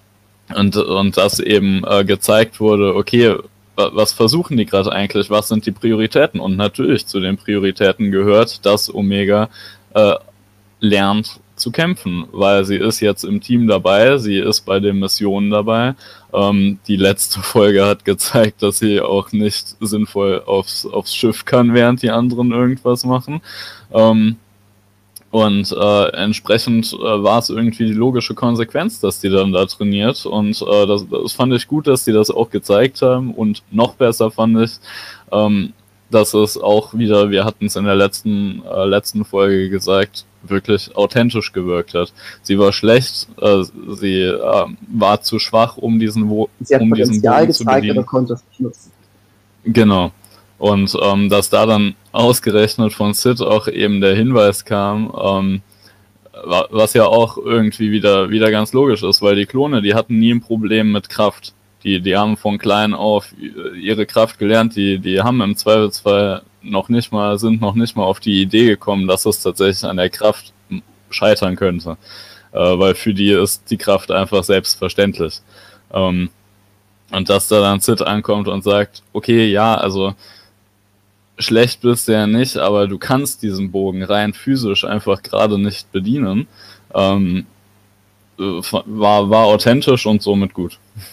Und, und dass eben äh, gezeigt wurde, okay, was versuchen die gerade eigentlich, was sind die Prioritäten? Und natürlich zu den Prioritäten gehört, dass Omega äh, lernt zu kämpfen, weil sie ist jetzt im Team dabei, sie ist bei den Missionen dabei. Ähm, die letzte Folge hat gezeigt, dass sie auch nicht sinnvoll aufs, aufs Schiff kann, während die anderen irgendwas machen. Ähm, Und äh, entsprechend äh, war es irgendwie die logische Konsequenz, dass die dann da trainiert. Und äh, das, das fand ich gut, dass die das auch gezeigt haben. Und noch besser fand ich, ähm, dass es auch wieder, wir hatten es in der letzten, äh, letzten Folge gesagt, wirklich authentisch gewirkt hat. Sie war schlecht, äh, sie äh, war zu schwach, um diesen, Wo- Sie hat um diesen Potenzial Bogen zu gezeigt, bedienen. aber konnte es nicht nutzen. Genau. Und ähm, dass da dann ausgerechnet von Sid auch eben der Hinweis kam, ähm, wa- was ja auch irgendwie wieder, wieder ganz logisch ist, weil die Klone, die hatten nie ein Problem mit Kraft. Die, die haben von klein auf ihre Kraft gelernt, die, die haben im Zweifelsfall noch nicht mal, sind noch nicht mal auf die Idee gekommen, dass es tatsächlich an der Kraft scheitern könnte. Äh, weil für die ist die Kraft einfach selbstverständlich. Ähm, und dass da dann Sid ankommt und sagt, okay, ja, also schlecht bist du ja nicht, aber du kannst diesen Bogen rein physisch einfach gerade nicht bedienen, ähm, war, war authentisch und somit gut.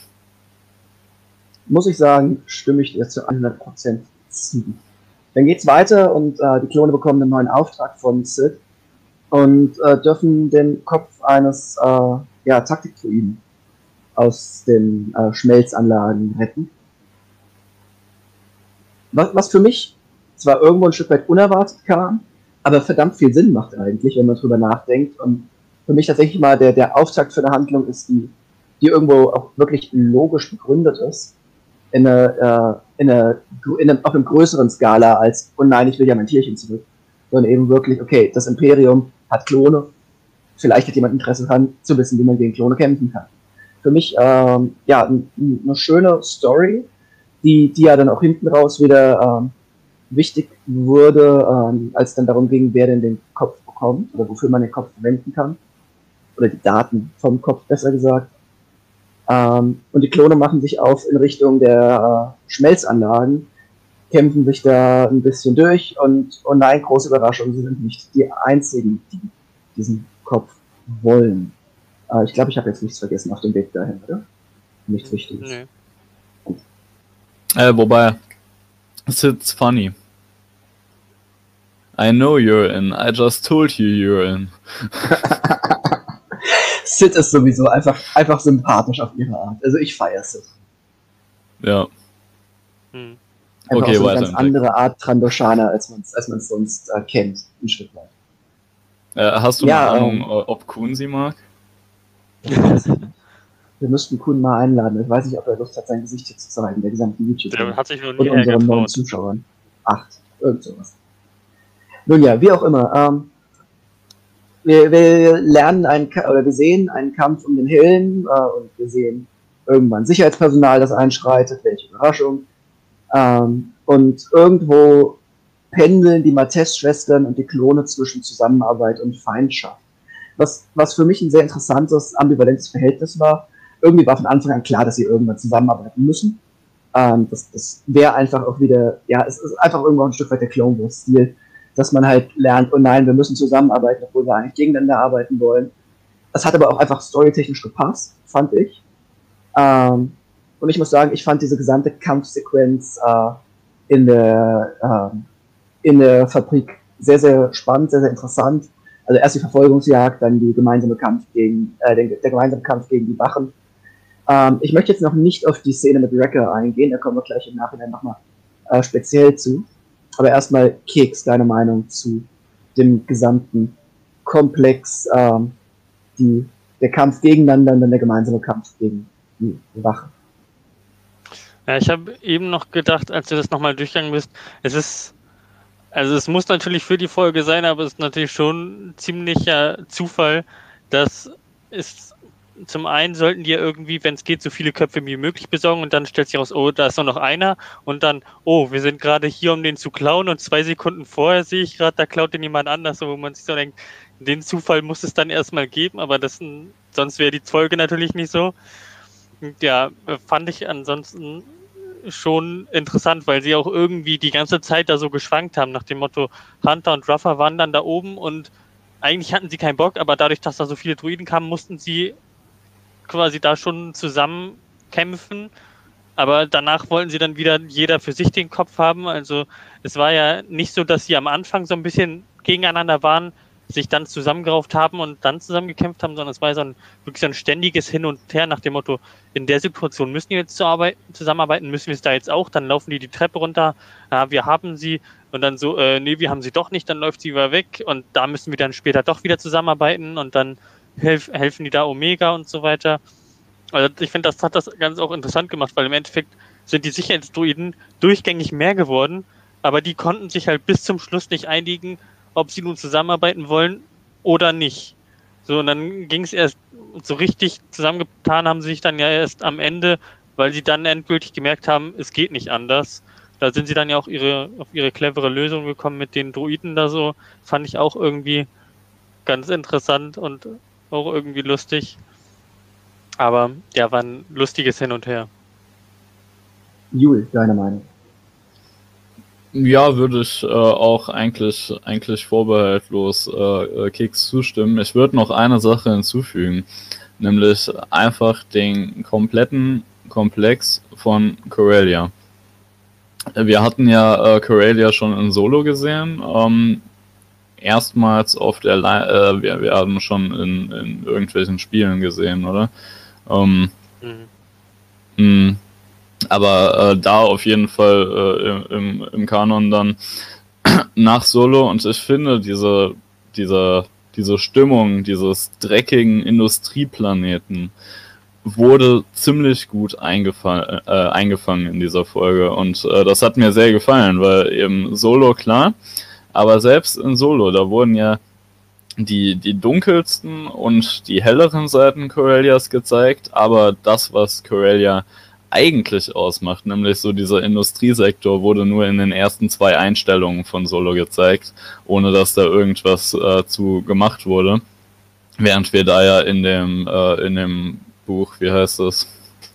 Muss ich sagen, stimme ich dir zu hundert Prozent zu. Dann geht's weiter und äh, die Klone bekommen einen neuen Auftrag von Sid und äh, dürfen den Kopf eines äh, ja, Taktikdruiden aus den äh, Schmelzanlagen retten. Was, was für mich zwar irgendwo ein Stück weit unerwartet kam, aber verdammt viel Sinn macht eigentlich, wenn man drüber nachdenkt. Und für mich tatsächlich mal der, der Auftakt für eine Handlung ist, die, die irgendwo auch wirklich logisch begründet ist. In einer, äh, in einer, in einem, auf einem größeren Skala als, oh nein, ich will ja mein Tierchen zurück. Sondern eben wirklich, okay, das Imperium hat Klone. Vielleicht hat jemand Interesse daran, zu wissen, wie man gegen Klone kämpfen kann. Für mich, ähm, ja, n- n- eine schöne Story, die, die ja dann auch hinten raus wieder ähm, wichtig wurde, ähm, als dann darum ging, wer denn den Kopf bekommt oder wofür man den Kopf verwenden kann. Oder die Daten vom Kopf, besser gesagt. Ähm, und die Klone machen sich auf in Richtung der äh, Schmelzanlagen, kämpfen sich da ein bisschen durch und, oh nein, große Überraschung, sie sind nicht die Einzigen, die diesen Kopf wollen. Äh, ich glaube, ich habe jetzt nichts vergessen auf dem Weg dahin, oder? Nichts Wichtiges. Nee. Äh, wobei, Sid's funny. I know you're in, I just told you you're in. Sid ist sowieso einfach, einfach sympathisch auf ihre Art. Also ich feiere Sid. Ja. Hm. Einfach Okay, auf so eine weiter ganz im Text. andere Art Trandoshaner, als man es als man's sonst äh, kennt, ein Stück weit. Äh, hast du Ja, eine Ahnung, ähm, äh, ob Kuhn sie mag? Wir müssten Kuhn mal einladen. Ich weiß nicht, ob er Lust hat, sein Gesicht hier zu zeigen, der gesamten YouTube Der hat sich noch und nie unseren neuen hergetraut. Zuschauern. Acht, irgend sowas. Nun ja, wie auch immer. Ähm, wir, wir lernen einen, Ka- oder wir sehen einen Kampf um den Helm äh, und wir sehen irgendwann Sicherheitspersonal, das einschreitet, welche Überraschung. Ähm, und irgendwo pendeln die Mathes-Schwestern und die Klone zwischen Zusammenarbeit und Feindschaft. Was, was für mich ein sehr interessantes, ambivalentes Verhältnis war. Irgendwie war von Anfang an klar, dass sie irgendwann zusammenarbeiten müssen. Ähm, das das wäre einfach auch wieder, ja, es ist einfach irgendwann ein Stück weit der Clone Wars-Stil, dass man halt lernt, oh nein, wir müssen zusammenarbeiten, obwohl wir eigentlich gegeneinander arbeiten wollen. Das hat aber auch einfach storytechnisch gepasst, fand ich. Ähm, und ich muss sagen, ich fand diese gesamte Kampfsequenz äh, in der ähm, in der Fabrik sehr, sehr spannend, sehr, sehr interessant. Also erst die Verfolgungsjagd, dann die gemeinsame Kampf gegen, äh, der, der gemeinsame Kampf gegen die Wachen. Ähm, ich möchte jetzt noch nicht auf die Szene mit Wrecker eingehen, da kommen wir gleich im Nachhinein nochmal äh, speziell zu. Aber erstmal, Keks, deine Meinung zu dem gesamten Komplex, ähm, die, der Kampf gegeneinander und dann der gemeinsame Kampf gegen die Wachen. Ja, ich habe eben noch gedacht, als du das nochmal durchgegangen bist, es ist, also es muss natürlich für die Folge sein, aber es ist natürlich schon ein ziemlicher Zufall, dass es zum einen sollten die ja irgendwie, wenn es geht, so viele Köpfe wie möglich besorgen und dann stellt sich raus, oh, da ist nur noch einer und dann, oh, wir sind gerade hier, um den zu klauen und zwei Sekunden vorher sehe ich gerade, da klaut den jemand anders, wo man sich so denkt, den Zufall muss es dann erstmal geben, aber das, sonst wäre die Folge natürlich nicht so. Ja, fand ich ansonsten schon interessant, weil sie auch irgendwie die ganze Zeit da so geschwankt haben, nach dem Motto, Hunter und Ruffer waren dann da oben und eigentlich hatten sie keinen Bock, aber dadurch, dass da so viele Druiden kamen, mussten sie quasi da schon zusammen kämpfen, aber danach wollten sie dann wieder jeder für sich den Kopf haben, also es war ja nicht so, dass sie am Anfang so ein bisschen gegeneinander waren, sich dann zusammengerauft haben und dann zusammen gekämpft haben, sondern es war so ein wirklich so ein ständiges Hin und Her nach dem Motto, in der Situation müssen wir jetzt zu arbeiten, zusammenarbeiten, müssen wir es da jetzt auch, dann laufen die die Treppe runter, ja, wir haben sie und dann so, äh, nee, wir haben sie doch nicht, dann läuft sie wieder weg und da müssen wir dann später doch wieder zusammenarbeiten und dann helf, helfen die da Omega und so weiter. Also ich finde, das hat das ganz auch interessant gemacht, weil im Endeffekt sind die Sicherheitsdruiden durchgängig mehr geworden, aber die konnten sich halt bis zum Schluss nicht einigen, ob sie nun zusammenarbeiten wollen oder nicht. So, und dann ging es erst so richtig zusammengetan, haben sie sich dann ja erst am Ende, weil sie dann endgültig gemerkt haben, es geht nicht anders. Da sind sie dann ja auch ihre, auf ihre clevere Lösung gekommen mit den Druiden da so. Fand ich auch irgendwie ganz interessant und auch irgendwie lustig. Aber ja, war ein lustiges Hin und Her. Jul, deine Meinung? Ja, würde ich äh, auch eigentlich, eigentlich vorbehaltlos äh, Keks zustimmen. Ich würde noch eine Sache hinzufügen, nämlich einfach den kompletten Komplex von Corellia. Wir hatten ja äh, Corellia schon in Solo gesehen, ähm, erstmals auf der, Le äh, wir, wir haben schon in, in irgendwelchen Spielen gesehen, oder? Ähm, mhm. Mh, aber äh, da auf jeden Fall äh, im, im Kanon dann nach Solo, und ich finde diese, diese, diese Stimmung dieses dreckigen Industrieplaneten wurde ziemlich gut eingefallen, äh, eingefangen in dieser Folge, und äh, das hat mir sehr gefallen, weil eben Solo, klar, aber selbst in Solo, da wurden ja die, die dunkelsten und die helleren Seiten Corellias gezeigt, aber das, was Corellia eigentlich ausmacht, nämlich so dieser Industriesektor, wurde nur in den ersten zwei Einstellungen von Solo gezeigt, ohne dass da irgendwas äh, zu gemacht wurde. Während wir da ja in dem, äh, in dem Buch, wie heißt das?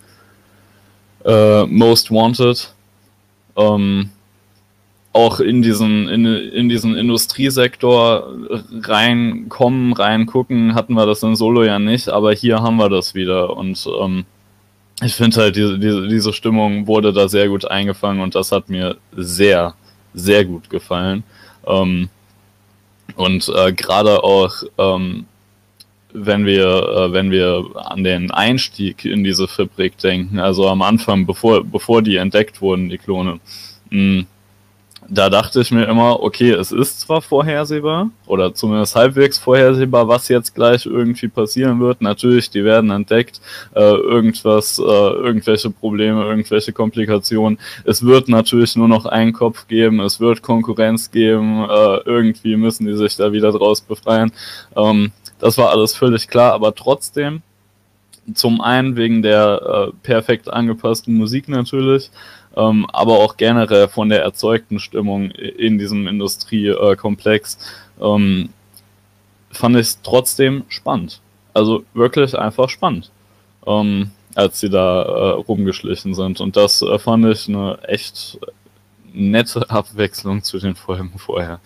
Äh, Most Wanted, ähm, auch in diesen, in, in diesen Industriesektor reinkommen, reingucken, hatten wir das in Solo ja nicht, aber hier haben wir das wieder, und ähm, ich finde halt, diese, diese, diese Stimmung wurde da sehr gut eingefangen, und das hat mir sehr, sehr gut gefallen. Ähm, und äh, gerade auch, ähm, wenn wir, äh, wenn wir an den Einstieg in diese Fabrik denken, also am Anfang, bevor, bevor die entdeckt wurden, die Klone, mh, da dachte ich mir immer, okay, es ist zwar vorhersehbar, oder zumindest halbwegs vorhersehbar, was jetzt gleich irgendwie passieren wird. Natürlich, die werden entdeckt, äh, irgendwas, äh, irgendwelche Probleme, irgendwelche Komplikationen. Es wird natürlich nur noch einen Kopf geben, es wird Konkurrenz geben, äh, irgendwie müssen die sich da wieder draus befreien. Ähm, das war alles völlig klar, aber trotzdem, zum einen wegen der äh, perfekt angepassten Musik natürlich, Ähm, aber auch generell von der erzeugten Stimmung in diesem Industriekomplex, äh, ähm, fand ich es trotzdem spannend. Also wirklich einfach spannend, ähm, als sie da äh, rumgeschlichen sind. Und das äh, fand ich eine echt nette Abwechslung zu den Folgen vorher.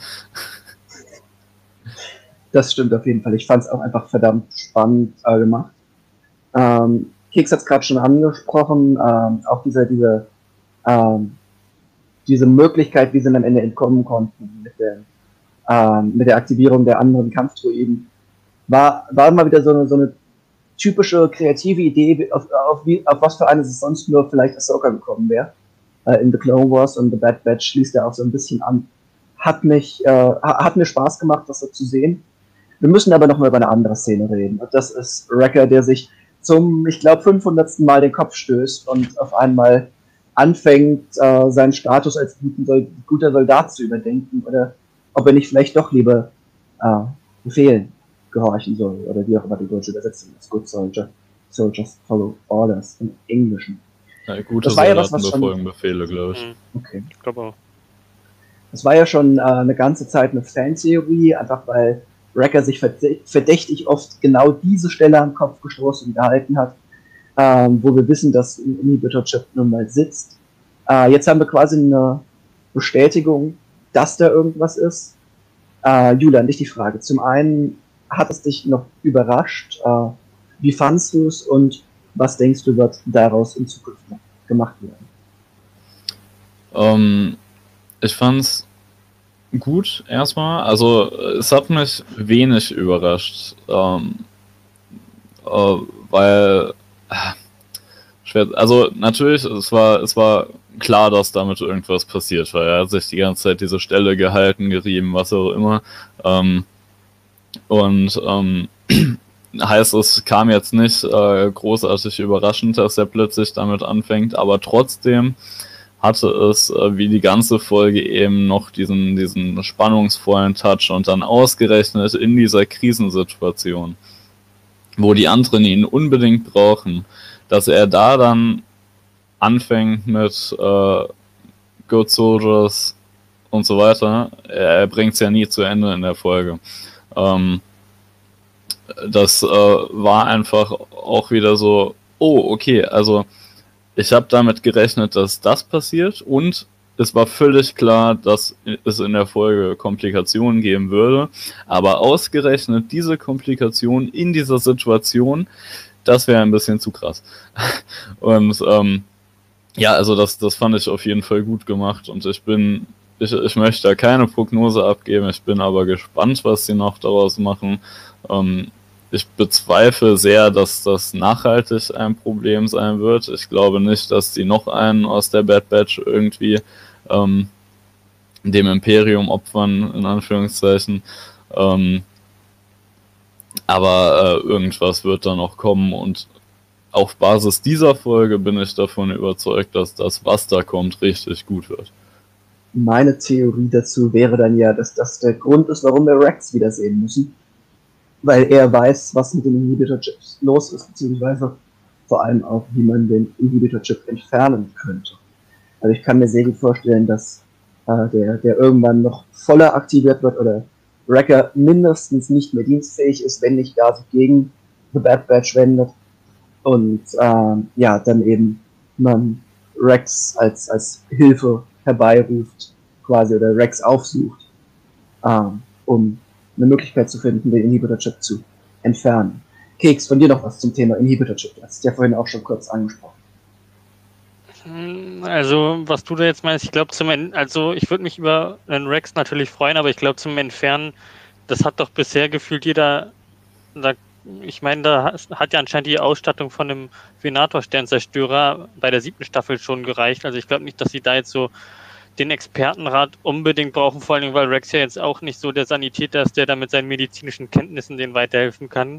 Das stimmt auf jeden Fall. Ich fand es auch einfach verdammt spannend äh, gemacht. Ähm, Keks hat es gerade schon angesprochen, ähm, auch diese, diese Ähm, diese Möglichkeit, wie sie am Ende entkommen konnten mit der, ähm, mit der Aktivierung der anderen Kampfdruiden, war, war mal wieder so eine, so eine typische kreative Idee, auf, auf, wie, auf was für eine es sonst nur vielleicht Ahsoka gekommen wäre. Äh, in The Clone Wars und The Bad Batch schließt er auch so ein bisschen an. Hat mich, äh, hat mir Spaß gemacht, das so zu sehen. Wir müssen aber noch mal über eine andere Szene reden. Und das ist Wrecker, der sich zum, ich glaube, fünfhundertsten Mal den Kopf stößt und auf einmal anfängt, äh, seinen Status als guten Sol- guter Soldat zu überdenken, oder ob er nicht vielleicht doch lieber äh, Befehlen gehorchen soll, oder wie auch immer die deutsche Übersetzung ist. Good Soldier, Soldiers follow orders im Englischen. Ja, gute das war ja was, Soldaten was schon, befolgen Befehle, glaube ich. Okay. Ich glaube auch. Das war ja schon äh, eine ganze Zeit eine Fantheorie, einfach weil Wrecker sich verdächtig oft genau diese Stelle am Kopf gestoßen und gehalten hat. ähm, wo wir wissen, dass ein Inhibitor-Chip nun mal sitzt. Äh, jetzt haben wir quasi eine Bestätigung, dass da irgendwas ist. Äh, Julian, dich die Frage. Zum einen, hat es dich noch überrascht? Äh, wie fandst du es und was denkst du, wird daraus in Zukunft noch gemacht werden? Ähm, ich fand's gut erstmal. Also es hat mich wenig überrascht, ähm, äh, weil äh, schwer, also natürlich, es war, es war klar, dass damit irgendwas passiert, weil er hat sich die ganze Zeit diese Stelle gehalten, gerieben, was auch immer. Ähm, und ähm, heißt, es kam jetzt nicht äh, großartig überraschend, dass er plötzlich damit anfängt, aber trotzdem hatte es äh, wie die ganze Folge eben noch diesen, diesen spannungsvollen Touch und dann ausgerechnet in dieser Krisensituation, wo die anderen ihn unbedingt brauchen, dass er da dann anfängt mit äh, Good Soldiers und so weiter. Er, er bringt es ja nie zu Ende in der Folge. Ähm, das äh, war einfach auch wieder so, oh, okay, also ich habe damit gerechnet, dass das passiert und es war völlig klar, dass es in der Folge Komplikationen geben würde, aber ausgerechnet diese Komplikation in dieser Situation, das wäre ein bisschen zu krass. Und ähm, ja, also das, das fand ich auf jeden Fall gut gemacht und ich bin, ich, ich möchte da keine Prognose abgeben, ich bin aber gespannt, was sie noch daraus machen. Ähm, ich bezweifle sehr, dass das nachhaltig ein Problem sein wird. Ich glaube nicht, dass die noch einen aus der Bad Batch irgendwie ähm, dem Imperium opfern, in Anführungszeichen. Ähm, aber äh, irgendwas wird da noch kommen und auf Basis dieser Folge bin ich davon überzeugt, dass das, was da kommt, richtig gut wird. Meine Theorie dazu wäre dann ja, dass das der Grund ist, warum wir Rex wiedersehen müssen. Weil er weiß, was mit den Inhibitor-Chips los ist, beziehungsweise vor allem auch, wie man den Inhibitor-Chip entfernen könnte. Also ich kann mir sehr gut vorstellen, dass äh, der, der irgendwann noch voller aktiviert wird oder Wrecker mindestens nicht mehr dienstfähig ist, wenn nicht gar sich gegen The Bad Batch wendet. Und äh, ja, dann eben man Rex als, als Hilfe herbeiruft, quasi, oder Rex aufsucht, äh, um eine Möglichkeit zu finden, den Inhibitor-Chip zu entfernen. Keks, von dir noch was zum Thema Inhibitor-Chip. Du hast es ja vorhin auch schon kurz angesprochen. Also, was du da jetzt meinst, ich glaube zum Ent- also ich würde mich über einen Rex natürlich freuen, aber ich glaube zum Entfernen, das hat doch bisher gefühlt jeder, da, ich meine, da hat ja anscheinend die Ausstattung von einem Venator-Sternzerstörer bei der siebten Staffel schon gereicht. Also ich glaube nicht, dass sie da jetzt so den Expertenrat unbedingt brauchen, vor allem, weil Rex ja jetzt auch nicht so der Sanitäter ist, der da mit seinen medizinischen Kenntnissen denen weiterhelfen kann.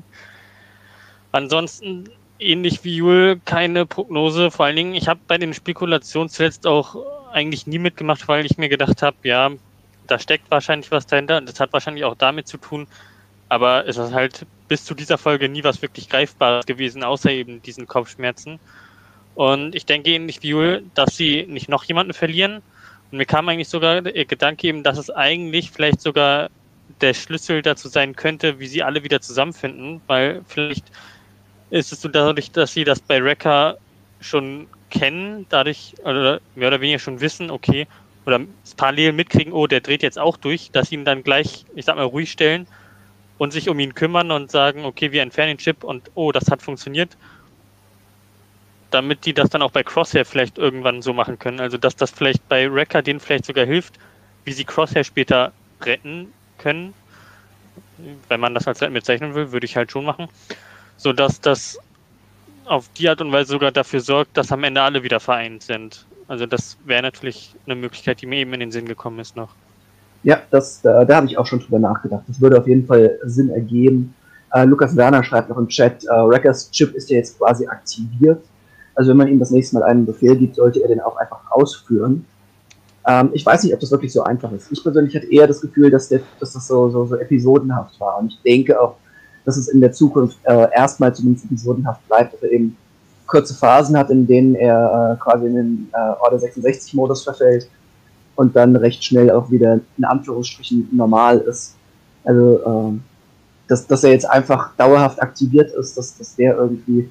Ansonsten, ähnlich wie Jul, keine Prognose. Vor allen Dingen, ich habe bei den Spekulationen zuletzt auch eigentlich nie mitgemacht, weil ich mir gedacht habe, ja, da steckt wahrscheinlich was dahinter und das hat wahrscheinlich auch damit zu tun, aber es ist halt bis zu dieser Folge nie was wirklich Greifbares gewesen, außer eben diesen Kopfschmerzen. Und ich denke ähnlich wie Jul, dass sie nicht noch jemanden verlieren. Und mir kam eigentlich sogar der Gedanke eben, dass es eigentlich vielleicht sogar der Schlüssel dazu sein könnte, wie sie alle wieder zusammenfinden, weil vielleicht ist es so dadurch, dass sie das bei Wrecker schon kennen, dadurch, oder mehr oder weniger schon wissen, okay, oder parallel mitkriegen, oh, der dreht jetzt auch durch, dass sie ihn dann gleich, ich sag mal, ruhig stellen und sich um ihn kümmern und sagen, okay, wir entfernen den Chip und oh, das hat funktioniert. Damit die das dann auch bei Crosshair vielleicht irgendwann so machen können. Also dass das vielleicht bei Wrecker denen vielleicht sogar hilft, wie sie Crosshair später retten können. Wenn man das als Retten bezeichnen will, würde ich halt schon machen. Sodass das auf die Art und Weise sogar dafür sorgt, dass am Ende alle wieder vereint sind. Also das wäre natürlich eine Möglichkeit, die mir eben in den Sinn gekommen ist noch. Ja, das, da, da habe ich auch schon drüber nachgedacht. Das würde auf jeden Fall Sinn ergeben. Äh, Lukas Werner schreibt noch im Chat, äh, Wreckers Chip ist ja jetzt quasi aktiviert. Also wenn man ihm das nächste Mal einen Befehl gibt, sollte er den auch einfach ausführen. Ähm, ich weiß nicht, ob das wirklich so einfach ist. Ich persönlich hatte eher das Gefühl, dass, der, dass das so, so, so episodenhaft war. Und ich denke auch, dass es in der Zukunft äh, erstmal zumindest episodenhaft bleibt, dass er eben kurze Phasen hat, in denen er äh, quasi in den äh, Order sechsundsechzig-Modus verfällt und dann recht schnell auch wieder in Anführungsstrichen normal ist. Also, äh, dass, dass er jetzt einfach dauerhaft aktiviert ist, dass, das wäre irgendwie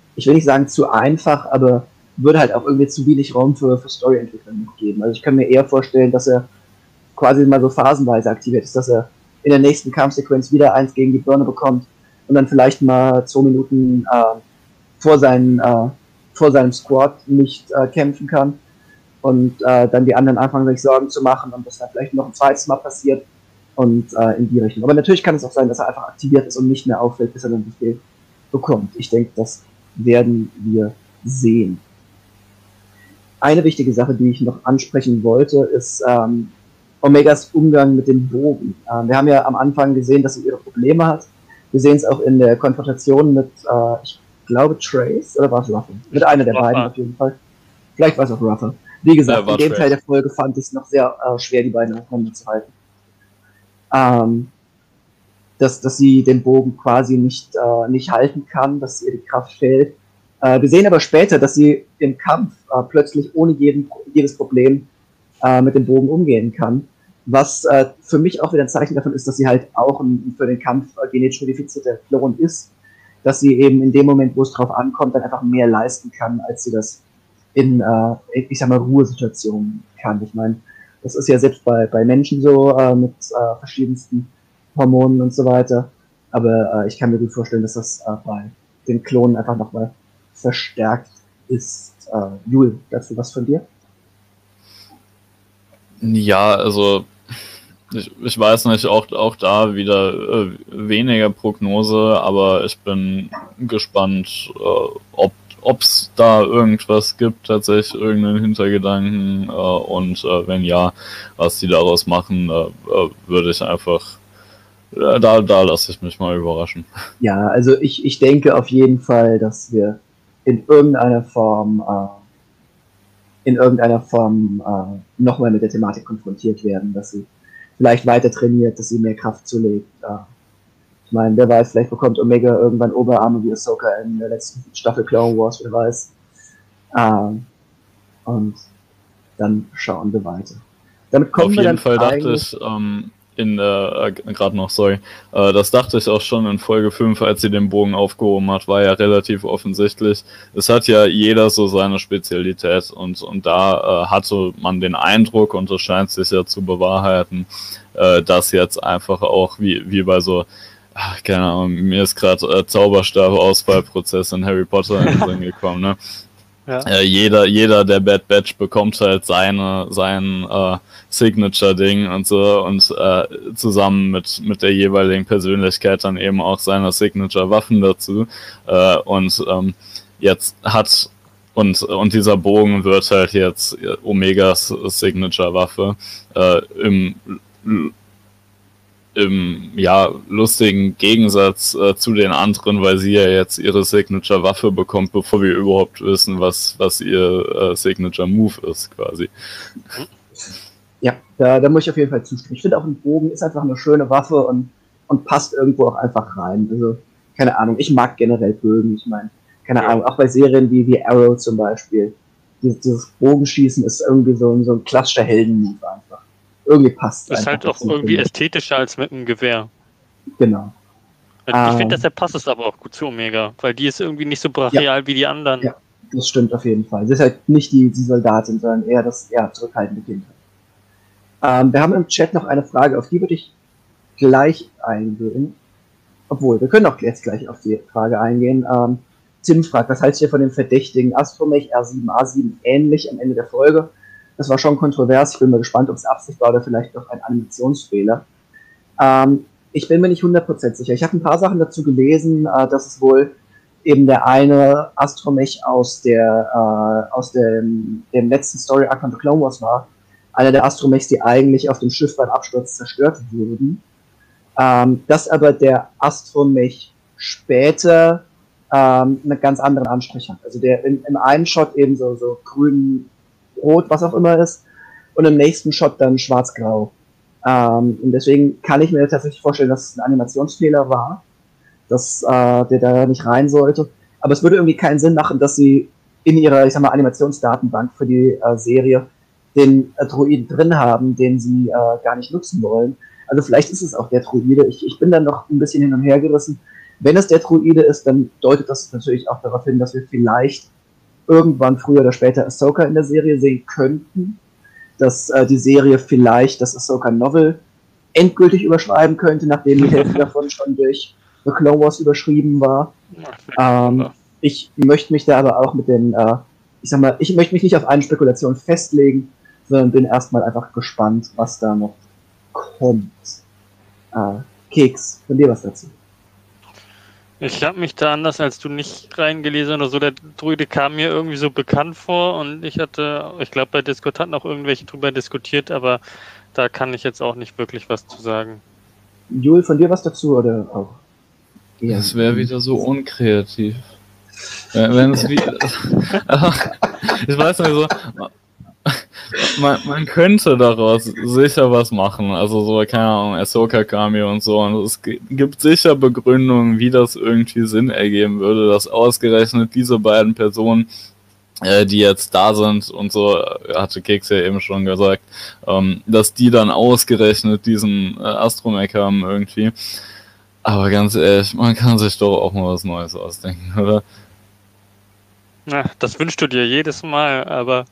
ich will nicht sagen zu einfach, aber würde halt auch irgendwie zu wenig Raum für, für Story-Entwicklung geben. Also ich kann mir eher vorstellen, dass er quasi mal so phasenweise aktiviert ist, dass er in der nächsten Kampfsequenz wieder eins gegen die Birne bekommt und dann vielleicht mal zwei Minuten äh, vor, seinen, äh, vor seinem Squad nicht äh, kämpfen kann und äh, dann die anderen anfangen, sich Sorgen zu machen und das dann vielleicht noch ein zweites Mal passiert und äh, in die Richtung. Aber natürlich kann es auch sein, dass er einfach aktiviert ist und nicht mehr auffällt, bis er dann Befehl bekommt. Ich denke, das werden wir sehen. Eine wichtige Sache, die ich noch ansprechen wollte, ist ähm, Omegas Umgang mit dem Bogen. Ähm, wir haben ja am Anfang gesehen, dass sie ihre Probleme hat. Wir sehen es auch in der Konfrontation mit, äh, ich glaube, Trace, oder war es Ruffle? Mit einer der beiden auf jeden Fall. Vielleicht war es auch Ruffle. Wie gesagt, ja, in dem Trace. Teil der Folge fand ich es noch sehr äh, schwer, die beiden aufeinander zu halten. Ähm, dass, dass sie den Bogen quasi nicht, äh, nicht halten kann, dass ihr die Kraft fehlt. Äh, wir sehen aber später, dass sie im Kampf äh, plötzlich ohne jeden, jedes Problem äh, mit dem Bogen umgehen kann. Was äh, für mich auch wieder ein Zeichen davon ist, dass sie halt auch ein für den Kampf äh, genetisch modifizierter Klon ist. Dass sie eben in dem Moment, wo es drauf ankommt, dann einfach mehr leisten kann, als sie das in, äh, ich sag mal, Ruhesituationen kann. Ich meine, das ist ja selbst bei, bei Menschen so, äh, mit äh, verschiedensten Hormonen und so weiter. Aber äh, ich kann mir gut vorstellen, dass das äh, bei den Klonen einfach nochmal verstärkt ist. Äh, Jul, dazu was von dir? Ja, also ich, ich weiß nicht, auch, auch da wieder äh, weniger Prognose, aber ich bin gespannt, äh, ob es da irgendwas gibt, tatsächlich irgendeinen Hintergedanken äh, und äh, wenn ja, was die daraus machen, äh, äh, würde ich einfach, äh, da, da lasse ich mich mal überraschen. Ja, also ich, ich denke auf jeden Fall, dass wir in irgendeiner Form äh, in irgendeiner Form äh, nochmal mit der Thematik konfrontiert werden, dass sie vielleicht weiter trainiert, dass sie mehr Kraft zulegt. Äh, ich meine, wer weiß, vielleicht bekommt Omega irgendwann Oberarme wie Ahsoka in der letzten Staffel Clone Wars, wer weiß. Äh, und dann schauen wir weiter. Damit kommen Auf wir jeden dann Fall dachte ich, ähm, in der, äh, gerade noch, sorry, äh, das dachte ich auch schon in Folge fünf, als sie den Bogen aufgehoben hat, war ja relativ offensichtlich. Es hat ja jeder so seine Spezialität und, und da äh, hatte man den Eindruck, und das scheint sich ja zu bewahrheiten, äh, dass jetzt einfach auch wie, wie bei so, ach, keine Ahnung, mir ist gerade äh, Zauberstab-Ausfallprozess in Harry Potter in den Sinn gekommen, ne? Ja. Äh, jeder, jeder der Bad Batch bekommt halt seine, sein äh, Signature-Ding und so und äh, zusammen mit, mit der jeweiligen Persönlichkeit dann eben auch seine Signature-Waffen dazu. Äh, und ähm, jetzt hat und, und dieser Bogen wird halt jetzt Omegas Signature-Waffe äh, im im ja, lustigen Gegensatz äh, zu den anderen, weil sie ja jetzt ihre Signature-Waffe bekommt, bevor wir überhaupt wissen, was, was ihr äh, Signature-Move ist, quasi. Ja, da, da muss ich auf jeden Fall zustimmen. Ich finde auch ein Bogen ist einfach eine schöne Waffe und, und passt irgendwo auch einfach rein. Also, keine Ahnung, ich mag generell Bögen. Ich meine, keine ja. Ahnung, auch bei Serien wie, wie Arrow zum Beispiel. Dieses, dieses Bogenschießen ist irgendwie so, so ein klassischer Heldenmove einfach. Irgendwie passt es. Ist halt auch irgendwie ästhetischer als mit einem Gewehr. Genau. Ich ähm, finde, deshalb passt es aber auch gut zu Omega, weil die ist irgendwie nicht so brachial ja. wie die anderen. Ja, das stimmt auf jeden Fall. Sie ist halt nicht die, die Soldatin, sondern eher das eher zurückhaltende Kind. Ähm, wir haben im Chat noch eine Frage, auf die würde ich gleich eingehen. Obwohl, wir können auch jetzt gleich auf die Frage eingehen. Ähm, Tim fragt, was haltet ihr von dem verdächtigen Astromech R sieben A sieben ähnlich am Ende der Folge? Das war schon kontrovers. Ich bin mal gespannt, ob es Absicht war oder vielleicht doch ein Animationsfehler. Ähm, ich bin mir nicht hundert Prozent sicher. Ich habe ein paar Sachen dazu gelesen, äh, dass es wohl eben der eine Astromech aus der äh, aus dem, dem letzten Story Arc von The Clone Wars war. Einer der Astromechs, die eigentlich auf dem Schiff beim Absturz zerstört wurden. Ähm, dass aber der Astromech später ähm, einen ganz anderen Anstrich hat. Also der in, im einen Shot eben so, so grün, rot, was auch immer ist, und im nächsten Shot dann schwarz-grau. Ähm, und deswegen kann ich mir tatsächlich vorstellen, dass es ein Animationsfehler war, dass äh, der da nicht rein sollte. Aber es würde irgendwie keinen Sinn machen, dass sie in ihrer, ich sag mal, Animationsdatenbank für die äh, Serie den äh, Droiden drin haben, den sie äh, gar nicht nutzen wollen. Also vielleicht ist es auch der Droide. Ich, ich bin dann noch ein bisschen hin und her gerissen. Wenn es der Druide ist, dann deutet das natürlich auch darauf hin, dass wir vielleicht irgendwann früher oder später Ahsoka in der Serie sehen könnten, dass äh, die Serie vielleicht das Ahsoka-Novel endgültig überschreiben könnte, nachdem die Hälfte davon schon durch The Clone Wars überschrieben war. Ähm, ich möchte mich da aber auch mit den, äh, ich sag mal, ich möchte mich nicht auf eine Spekulation festlegen, sondern bin erstmal einfach gespannt, was da noch kommt. Äh, Keks, von dir was dazu? Ich habe mich da anders als du nicht reingelesen oder so. Der Druide kam mir irgendwie so bekannt vor und ich hatte, ich glaube, bei Discord hatten auch irgendwelche drüber diskutiert, aber da kann ich jetzt auch nicht wirklich was zu sagen. Jul, von dir was dazu oder auch? Ja. Das wäre wieder so unkreativ. Wenn es wie, ich weiß nicht so, man, man könnte daraus sicher was machen, also so, keine Ahnung, Ahsoka-Cameo und so, und es gibt sicher Begründungen, wie das irgendwie Sinn ergeben würde, dass ausgerechnet diese beiden Personen, äh, die jetzt da sind und so, hatte Keks ja eben schon gesagt, ähm, dass die dann ausgerechnet diesen äh, Astromech haben irgendwie. Aber ganz ehrlich, man kann sich doch auch mal was Neues ausdenken, oder? Na, das wünschst du dir jedes Mal, aber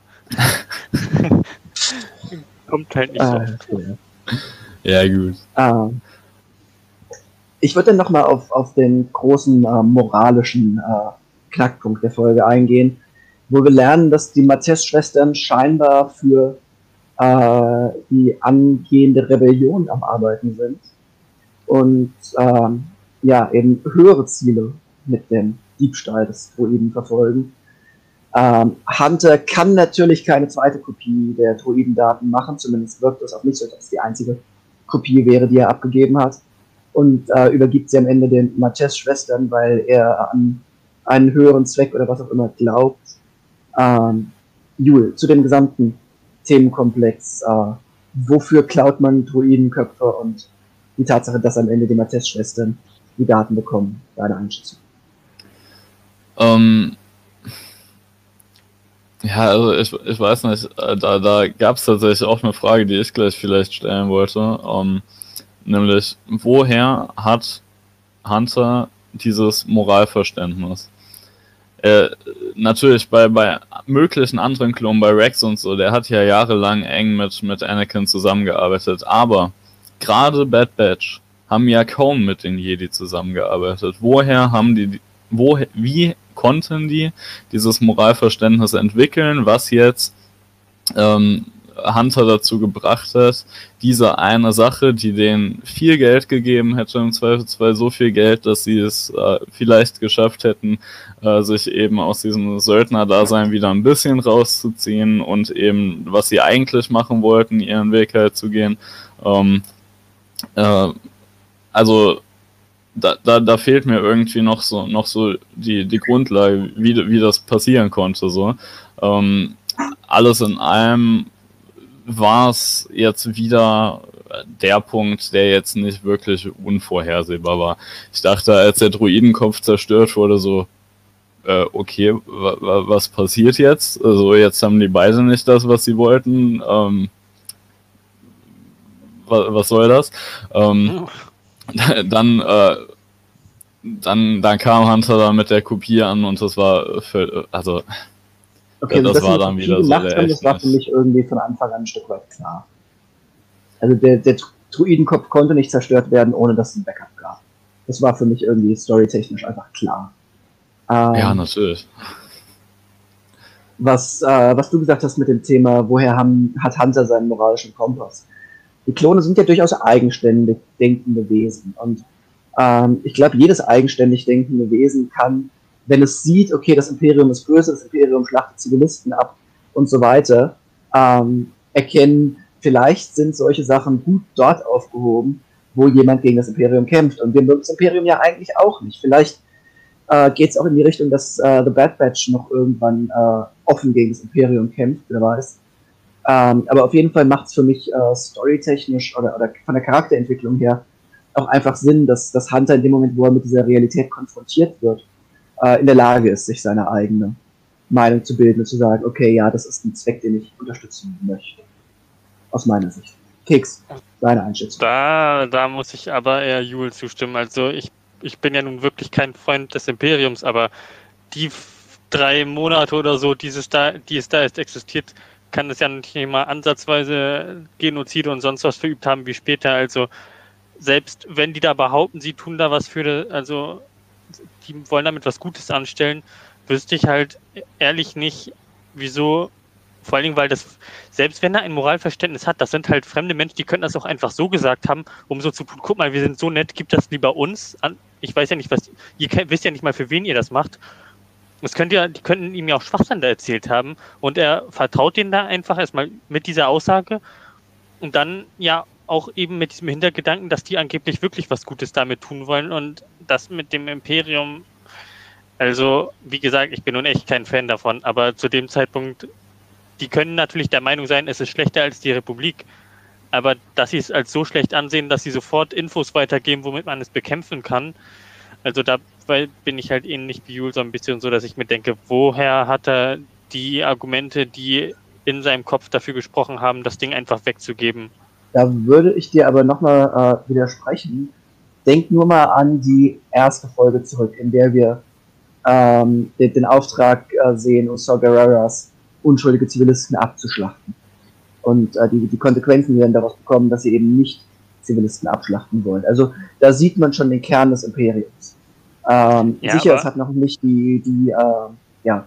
kommt halt nicht so Ah, oft. okay. Ja, gut. Ah. Ich würde dann nochmal auf, auf den großen äh, moralischen äh, Knackpunkt der Folge eingehen, wo wir lernen, dass die Mathes-Schwestern scheinbar für äh, die angehende Rebellion am Arbeiten sind und ähm, ja, eben höhere Ziele mit dem Diebstahl des Droiden verfolgen. Ähm, Hunter kann natürlich keine zweite Kopie der Droidendaten machen, zumindest wirkt es auch nicht so, dass es die einzige Kopie wäre, die er abgegeben hat, und äh, übergibt sie am Ende den Mathes-Schwestern, weil er an einen höheren Zweck oder was auch immer glaubt. Ähm, Jul, zu dem gesamten Themenkomplex, äh, wofür klaut man Droidenköpfe und die Tatsache, dass am Ende die Mathes-Schwestern die Daten bekommen, deine Einschätzung? Ähm, ja, also ich, ich weiß nicht, da, da gab es tatsächlich auch eine Frage, die ich gleich vielleicht stellen wollte, ähm, nämlich, woher hat Hunter dieses Moralverständnis? Äh, natürlich bei, bei möglichen anderen Klonen, bei Rex und so, der hat ja jahrelang eng mit, mit Anakin zusammengearbeitet, aber gerade Bad Batch haben ja kaum mit den Jedi zusammengearbeitet. Woher haben die, wo, wie konnten die dieses Moralverständnis entwickeln, was jetzt ähm, Hunter dazu gebracht hat, diese eine Sache, die denen viel Geld gegeben hätte, im Zweifelsfall so viel Geld, dass sie es äh, vielleicht geschafft hätten, äh, sich eben aus diesem Söldner-Dasein wieder ein bisschen rauszuziehen und eben, was sie eigentlich machen wollten, ihren Weg halt zu gehen. Ähm, äh, also Da, da, da fehlt mir irgendwie noch so noch so die, die Grundlage, wie, wie das passieren konnte. So. Ähm, alles in allem war es jetzt wieder der Punkt, der jetzt nicht wirklich unvorhersehbar war. Ich dachte, als der Druidenkopf zerstört wurde, so, äh, okay, wa, wa, was passiert jetzt? Also jetzt haben die beide nicht das, was sie wollten. Ähm, wa, was soll das? Ähm, dann, äh, dann, dann kam Hunter da mit der Kopie an und das war für, also, okay, ja, das also, war dann wieder so gemacht der haben, das war für mich irgendwie von Anfang an ein Stück weit klar. Also der, der Druidenkopf konnte nicht zerstört werden, ohne dass es ein Backup gab. Das war für mich irgendwie storytechnisch einfach klar. Ähm, ja, natürlich. Was, äh, was du gesagt hast mit dem Thema, woher haben, hat Hunter seinen moralischen Kompass? Die Klone sind ja durchaus eigenständig denkende Wesen. Und ähm, ich glaube, jedes eigenständig denkende Wesen kann, wenn es sieht, okay, das Imperium ist böse, das Imperium schlachtet Zivilisten ab und so weiter, ähm, erkennen, vielleicht sind solche Sachen gut dort aufgehoben, wo jemand gegen das Imperium kämpft. Und wir mögen das Imperium ja eigentlich auch nicht. Vielleicht äh, geht es auch in die Richtung, dass äh, The Bad Batch noch irgendwann äh, offen gegen das Imperium kämpft, wer weiß. Ähm, aber auf jeden Fall macht es für mich äh, storytechnisch oder, oder von der Charakterentwicklung her auch einfach Sinn, dass, dass Hunter in dem Moment, wo er mit dieser Realität konfrontiert wird, äh, in der Lage ist, sich seine eigene Meinung zu bilden und zu sagen, okay, ja, das ist ein Zweck, den ich unterstützen möchte. Aus meiner Sicht. Keks, deine Einschätzung. Da, da muss ich aber eher Jule zustimmen. Also ich ich bin ja nun wirklich kein Freund des Imperiums, aber die f- drei Monate oder so, die es da, die es da jetzt existiert, kann es ja nicht mal ansatzweise Genozide und sonst was verübt haben wie später. Also selbst wenn die da behaupten, sie tun da was für, also die wollen damit was Gutes anstellen, wüsste ich halt ehrlich nicht, wieso, vor allen Dingen, weil das, selbst wenn er ein Moralverständnis hat, das sind halt fremde Menschen, die könnten das auch einfach so gesagt haben, um so zu tun, guck mal, wir sind so nett, gib das lieber uns an. Ich weiß ja nicht, was, ihr kennt, wisst ja nicht mal, für wen ihr das macht. Das könnt ihr, die könnten ihm ja auch Schwachsinn da erzählt haben und er vertraut denen da einfach erstmal mit dieser Aussage und dann ja auch eben mit diesem Hintergedanken, dass die angeblich wirklich was Gutes damit tun wollen und das mit dem Imperium, also wie gesagt, ich bin nun echt kein Fan davon, aber zu dem Zeitpunkt, die können natürlich der Meinung sein, es ist schlechter als die Republik, aber dass sie es als so schlecht ansehen, dass sie sofort Infos weitergeben, womit man es bekämpfen kann, also da bin ich halt ähnlich wie Jules so ein bisschen so, dass ich mir denke, woher hat er die Argumente, die in seinem Kopf dafür gesprochen haben, das Ding einfach wegzugeben? Da würde ich dir aber nochmal äh, widersprechen. Denk nur mal an die erste Folge zurück, in der wir ähm, den, den Auftrag äh, sehen, um Saw Gerreras unschuldige Zivilisten abzuschlachten. Und äh, die, die Konsequenzen werden daraus bekommen, dass sie eben nicht Zivilisten abschlachten wollen. Also da sieht man schon den Kern des Imperiums. Ähm, Ja, sicher, aber- es hat noch nicht die, die, äh, ja,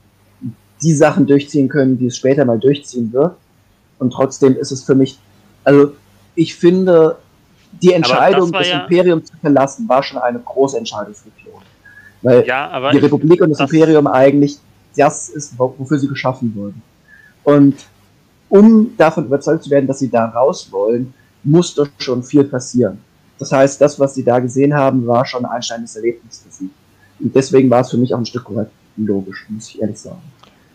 die Sachen durchziehen können, die es später mal durchziehen wird. Und trotzdem ist es für mich, also ich finde, die Entscheidung, war das ja- Imperium zu verlassen, war schon eine große Entscheidung für die Klone. Weil Ja, aber die ich- Republik und das, das- Imperium eigentlich das ist, wo- wofür sie geschaffen wurden. Und um davon überzeugt zu werden, dass sie da raus wollen, muss doch schon viel passieren. Das heißt, das, was sie da gesehen haben, war schon ein einschneidendes Erlebnis für sie. Und deswegen war es für mich auch ein Stück weit logisch, muss ich ehrlich sagen.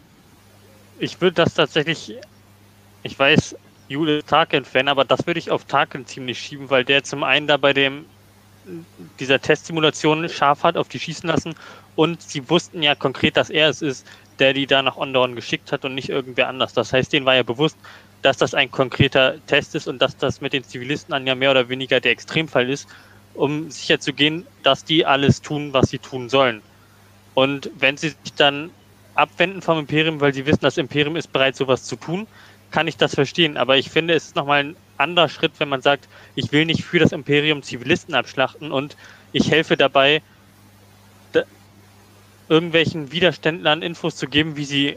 Ich würde das tatsächlich, ich weiß, Jule ist Tarkin-Fan, aber das würde ich auf Tarkin ziemlich schieben, weil der zum einen da bei dem dieser Testsimulation scharf hat, auf die schießen lassen und sie wussten ja konkret, dass er es ist, der die da nach Onderon geschickt hat und nicht irgendwer anders. Das heißt, denen war ja bewusst, dass das ein konkreter Test ist und dass das mit den Zivilisten dann ja mehr oder weniger der Extremfall ist, um sicher zu gehen, dass die alles tun, was sie tun sollen. Und wenn sie sich dann abwenden vom Imperium, weil sie wissen, das Imperium ist bereit, sowas zu tun, kann ich das verstehen. Aber ich finde, es ist nochmal ein anderer Schritt, wenn man sagt, ich will nicht für das Imperium Zivilisten abschlachten und ich helfe dabei, da, irgendwelchen Widerständlern Infos zu geben, wie sie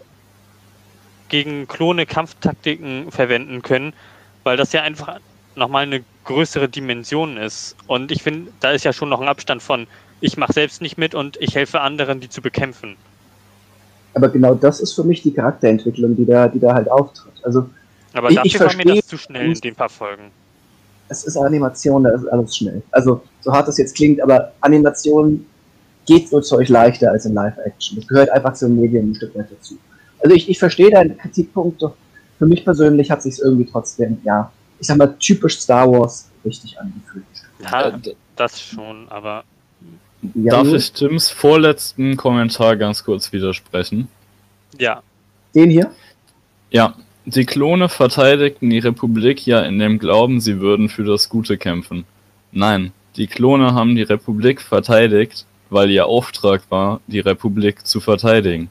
gegen Klone Kampftaktiken verwenden können, weil das ja einfach nochmal eine größere Dimension ist. Und ich finde, da ist ja schon noch ein Abstand von, ich mache selbst nicht mit und ich helfe anderen, die zu bekämpfen. Aber genau das ist für mich die Charakterentwicklung, die da, die da halt auftritt. Also Aber Ich- dafür ich war mir verstehe- das zu schnell in den paar Folgen. es ist Animation, da ist alles schnell. Also so hart das jetzt klingt, aber Animation geht so Zeug leichter als in Live-Action. Das gehört einfach zum Medium ein Stück weit dazu. Also ich, ich verstehe deine Kritikpunkte. Für mich persönlich hat sich irgendwie trotzdem, ja, ich sag mal, typisch Star Wars richtig angefühlt. Ja, Äh, d- das schon, aber Ja, Darf nur ich Tims vorletzten Kommentar ganz kurz widersprechen? ja. den hier? Ja, die Klone verteidigten die Republik ja in dem Glauben, sie würden für das Gute kämpfen. Nein, die Klone haben die Republik verteidigt, weil ihr Auftrag war, die Republik zu verteidigen.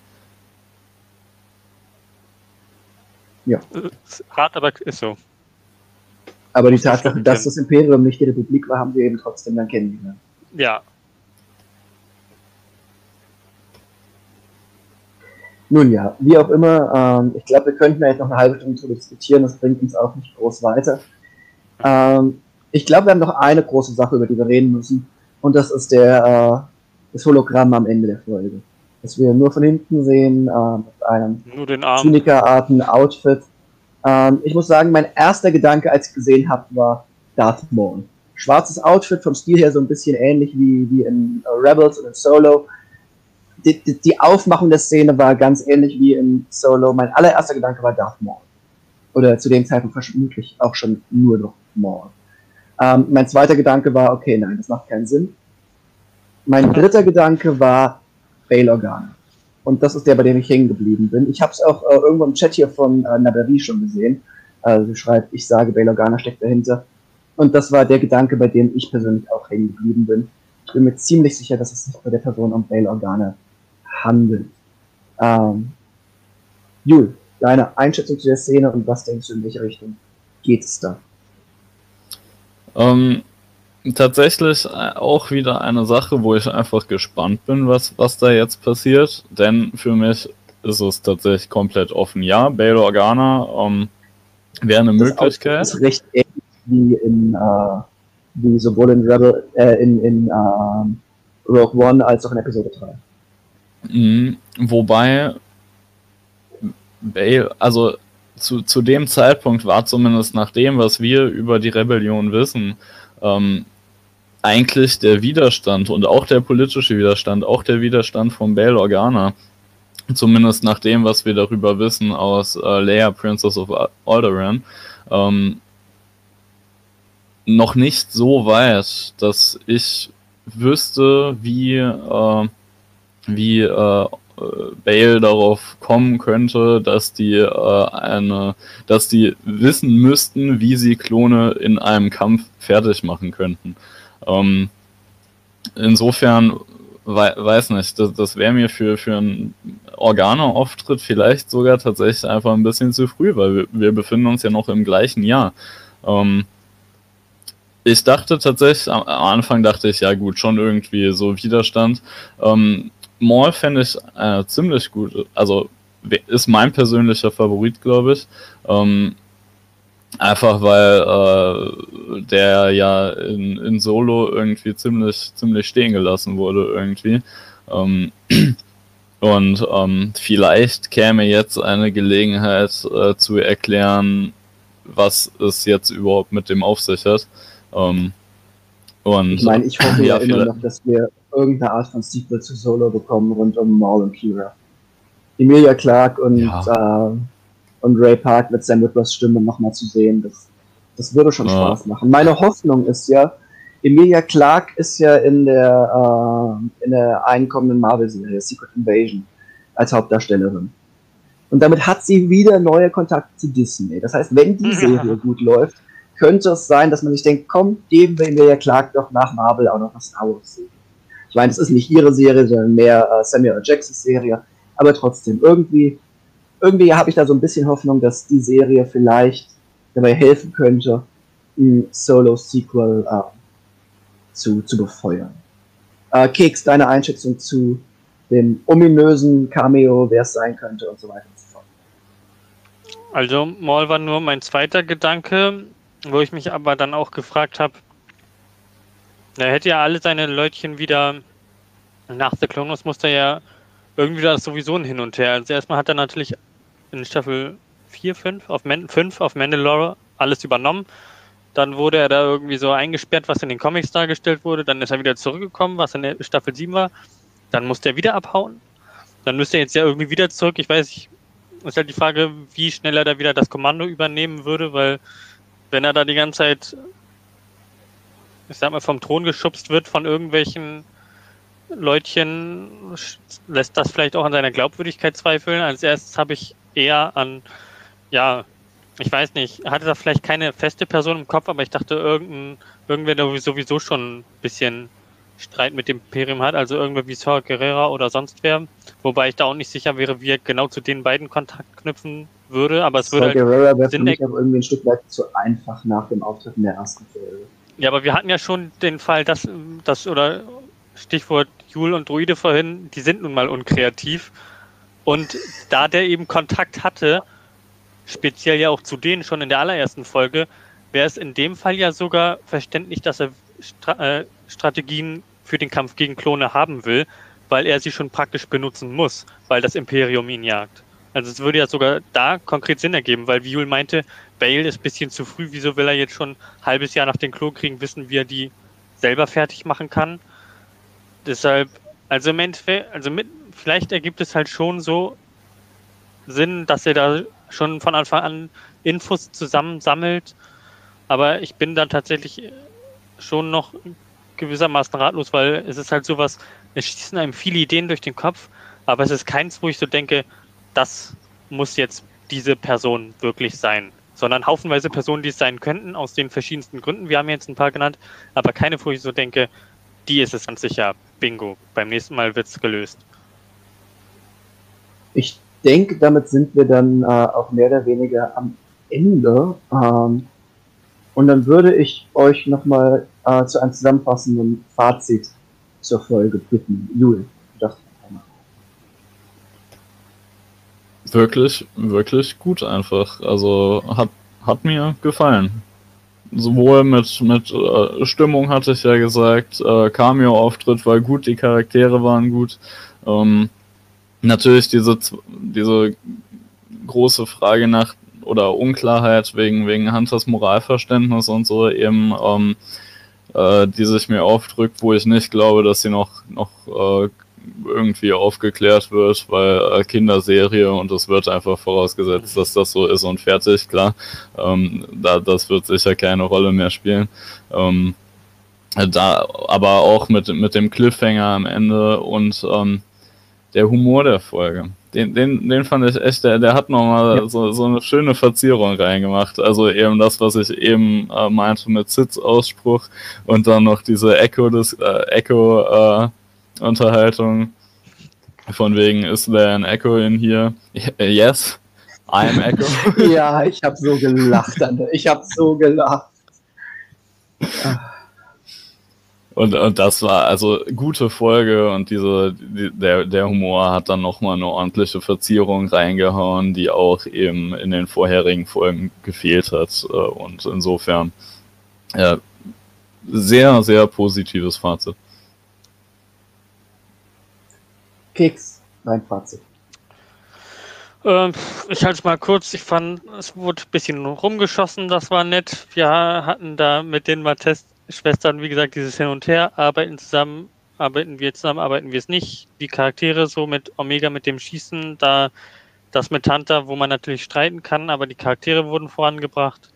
Hart, aber ist so. Aber die Muss ich Tatsache, stimmen, dass Tim. das Imperium nicht die Republik war, haben wir eben trotzdem dann kennengelernt. Ja, Nun ja, wie auch immer, ähm, ich glaube, wir könnten da jetzt noch eine halbe Stunde drüber diskutieren, das bringt uns auch nicht groß weiter. Ähm, ich glaube, wir haben noch eine große Sache, über die wir reden müssen, und das ist der, äh, das Hologramm am Ende der Folge. Das wir nur von hinten sehen, äh, mit einem nur den Arm. Tunika-arten Outfit. Ähm, ich muss sagen, mein erster Gedanke, als ich gesehen habe, war Darth Maul. Schwarzes Outfit, vom Stil her so ein bisschen ähnlich wie, wie in äh, Rebels und in Solo. Die, die, die Aufmachung der Szene war ganz ähnlich wie in Solo. Mein allererster Gedanke war Darth Maul. Oder zu dem Zeitpunkt vermutlich auch schon nur noch Maul. Ähm, mein zweiter Gedanke war, okay, nein, das macht keinen Sinn. Mein dritter Gedanke war Bail Organa. Und das ist der, bei dem ich hängen geblieben bin. Ich habe es auch äh, irgendwo im Chat hier von äh, Naberie schon gesehen. Also sie schreibt, ich sage, Bail Organa steckt dahinter. Und das war der Gedanke, bei dem ich persönlich auch hängen geblieben bin. Ich bin mir ziemlich sicher, dass es sich bei der Person um Bail Organa handelt. Ähm, Jul, deine Einschätzung zu der Szene und was denkst du, in welche Richtung geht es da? Ähm, tatsächlich auch wieder eine Sache, wo ich einfach gespannt bin, was, was da jetzt passiert, denn für mich ist es tatsächlich komplett offen. Ja, Bail Organa ähm, wäre eine das Möglichkeit. Das ist recht ähnlich wie in äh, wie sowohl in Rebel äh, in, in äh, Rogue One als auch in Episode drei. Mhm, wobei Bail, also zu, zu dem Zeitpunkt war zumindest nach dem, was wir über die Rebellion wissen, ähm, eigentlich der Widerstand und auch der politische Widerstand, auch der Widerstand von Bail Organa, zumindest nach dem, was wir darüber wissen aus äh, Leia, Princess of Alderaan, ähm, noch nicht so weit, dass ich wüsste, wie, äh, wie äh, Bail darauf kommen könnte, dass die äh, eine, dass die wissen müssten, wie sie Klone in einem Kampf fertig machen könnten. Ähm, insofern we weiß nicht, das, das wäre mir für, für einen Organa-Auftritt vielleicht sogar tatsächlich einfach ein bisschen zu früh, weil wir, wir befinden uns ja noch im gleichen Jahr. Ähm, ich dachte tatsächlich, am, am Anfang dachte ich, ja gut, schon irgendwie so Widerstand. Ähm, Maul fände ich äh, ziemlich gut, also ist mein persönlicher Favorit, glaube ich. Ähm, einfach weil äh, der ja in, in Solo irgendwie ziemlich, ziemlich stehen gelassen wurde irgendwie. Ähm, und ähm, vielleicht käme jetzt eine Gelegenheit äh, zu erklären, was es jetzt überhaupt mit dem auf sich hat. Ähm, und, ich meine, ich hoffe ja, ja immer vielleicht. noch, dass wir irgendeine Art von Sequel zu Solo bekommen rund um Maul und Kira. Emilia Clarke und, ja. äh, und Ray Park mit Sam Witwers Stimme nochmal zu sehen, das, das würde schon ja. Spaß machen. Meine Hoffnung ist ja, Emilia Clarke ist ja in der, äh, in der einkommenden Marvel-Serie Secret Invasion als Hauptdarstellerin. Und damit hat sie wieder neue Kontakte zu Disney. Das heißt, wenn die Serie ja. gut läuft, könnte es sein, dass man sich denkt, komm, geben wir Emilia Clarke doch nach Marvel auch noch eine Star Wars Serie. Ich meine, es ist nicht ihre Serie, sondern mehr äh, Samuel L. Jacksons Serie, aber trotzdem, irgendwie, irgendwie habe ich da so ein bisschen Hoffnung, dass die Serie vielleicht dabei helfen könnte, ein Solo-Sequel äh, zu, zu befeuern. Äh, Keks, deine Einschätzung zu dem ominösen Cameo, wer es sein könnte und so weiter und so fort. Also, Maul war nur mein zweiter Gedanke, wo ich mich aber dann auch gefragt habe, er hätte ja alle seine Leutchen wieder nach The Clone Wars, musste ja irgendwie das sowieso ein Hin und Her. Also erstmal hat er natürlich in Staffel vier, fünf auf, Man- fünf auf Mandalore alles übernommen. Dann wurde er da irgendwie so eingesperrt, was in den Comics dargestellt wurde. Dann ist er wieder zurückgekommen, was in der Staffel sieben war. Dann musste er wieder abhauen. Dann müsste er jetzt ja irgendwie wieder zurück. Ich weiß nicht, ist halt die Frage, wie schnell er da wieder das Kommando übernehmen würde, weil wenn er da die ganze Zeit, ich sag mal, vom Thron geschubst wird von irgendwelchen Leutchen, lässt das vielleicht auch an seiner Glaubwürdigkeit zweifeln. Als erstes habe ich eher an, ja, ich weiß nicht, hatte da vielleicht keine feste Person im Kopf, aber ich dachte, irgendein, irgendwer, der sowieso schon ein bisschen Streit mit dem Imperium hat, also irgendwer wie Saw Gerrera oder sonst wer, wobei ich da auch nicht sicher wäre, wie er genau zu den beiden Kontakt knüpfen würde, aber es würde halt Gerrera wäre für mich auch irgendwie ein Stück weit zu einfach nach dem Auftritt in der ersten Folge. Ja, aber wir hatten ja schon den Fall, dass, dass oder Stichwort Jul und Druide vorhin, die sind nun mal unkreativ und da der eben Kontakt hatte, speziell ja auch zu denen schon in der allerersten Folge, wäre es in dem Fall ja sogar verständlich, dass er Stra- äh, Strategien für den Kampf gegen Klone haben will, weil er sie schon praktisch benutzen muss, weil das Imperium ihn jagt. Also es würde ja sogar da konkret Sinn ergeben, weil wie Jul meinte, Bail ist ein bisschen zu früh, wieso will er jetzt schon ein halbes Jahr nach den Klonkriegen wissen, wie er die selber fertig machen kann. Deshalb, also im Endeffekt, also mit, vielleicht ergibt es halt schon so Sinn, dass er da schon von Anfang an Infos zusammensammelt, aber ich bin dann tatsächlich schon noch gewissermaßen ratlos, weil es ist halt sowas, es schießen einem viele Ideen durch den Kopf, aber es ist keins, wo ich so denke, das muss jetzt diese Person wirklich sein, sondern haufenweise Personen, die es sein könnten, aus den verschiedensten Gründen, wir haben jetzt ein paar genannt, aber keine, wo ich so denke, die ist es ganz sicher. Bingo. Beim nächsten Mal wird es gelöst. Ich denke, damit sind wir dann äh, auch mehr oder weniger am Ende. Ähm, und dann würde ich euch nochmal äh, zu einem zusammenfassenden Fazit zur Folge bitten. Jule, das Wirklich, wirklich gut einfach. Also hat, hat mir gefallen. Sowohl mit, mit äh, Stimmung hatte ich ja gesagt, äh, Cameo-Auftritt war gut, die Charaktere waren gut. Ähm, natürlich diese, diese große Frage nach oder Unklarheit wegen, wegen Hunters Moralverständnis und so eben, ähm, äh, die sich mir aufdrückt, wo ich nicht glaube, dass sie noch, noch äh, irgendwie aufgeklärt wird, weil äh, Kinderserie und es wird einfach vorausgesetzt, dass das so ist und fertig, klar. Ähm, da, das wird sicher keine Rolle mehr spielen. Ähm, da, aber auch mit, mit dem Cliffhanger am Ende und ähm, der Humor der Folge. Den, den, den fand ich echt, der, der hat nochmal ja. so, so eine schöne Verzierung reingemacht. Also eben das, was ich eben äh, meinte mit Sids Ausspruch und dann noch diese Echo des äh, Echo äh, Unterhaltung von wegen, is there an Echo in here? Yes, I am Echo. Ja, ich habe so gelacht, Alter. Ich habe so gelacht. Und, und das war also gute Folge und diese die, der, der Humor hat dann nochmal eine ordentliche Verzierung reingehauen, die auch eben in den vorherigen Folgen gefehlt hat. Und insofern ja, sehr, sehr positives Fazit. Keks, mein Fazit. Ähm, ich halte es mal kurz. Ich fand, es wurde ein bisschen rumgeschossen, das war nett. Wir hatten da mit den Matest-Schwestern, wie gesagt, dieses Hin und Her, arbeiten zusammen, arbeiten wir zusammen, arbeiten wir es nicht. Die Charaktere so mit Omega, mit dem Schießen, da das mit Hunter, wo man natürlich streiten kann, aber die Charaktere wurden vorangebracht.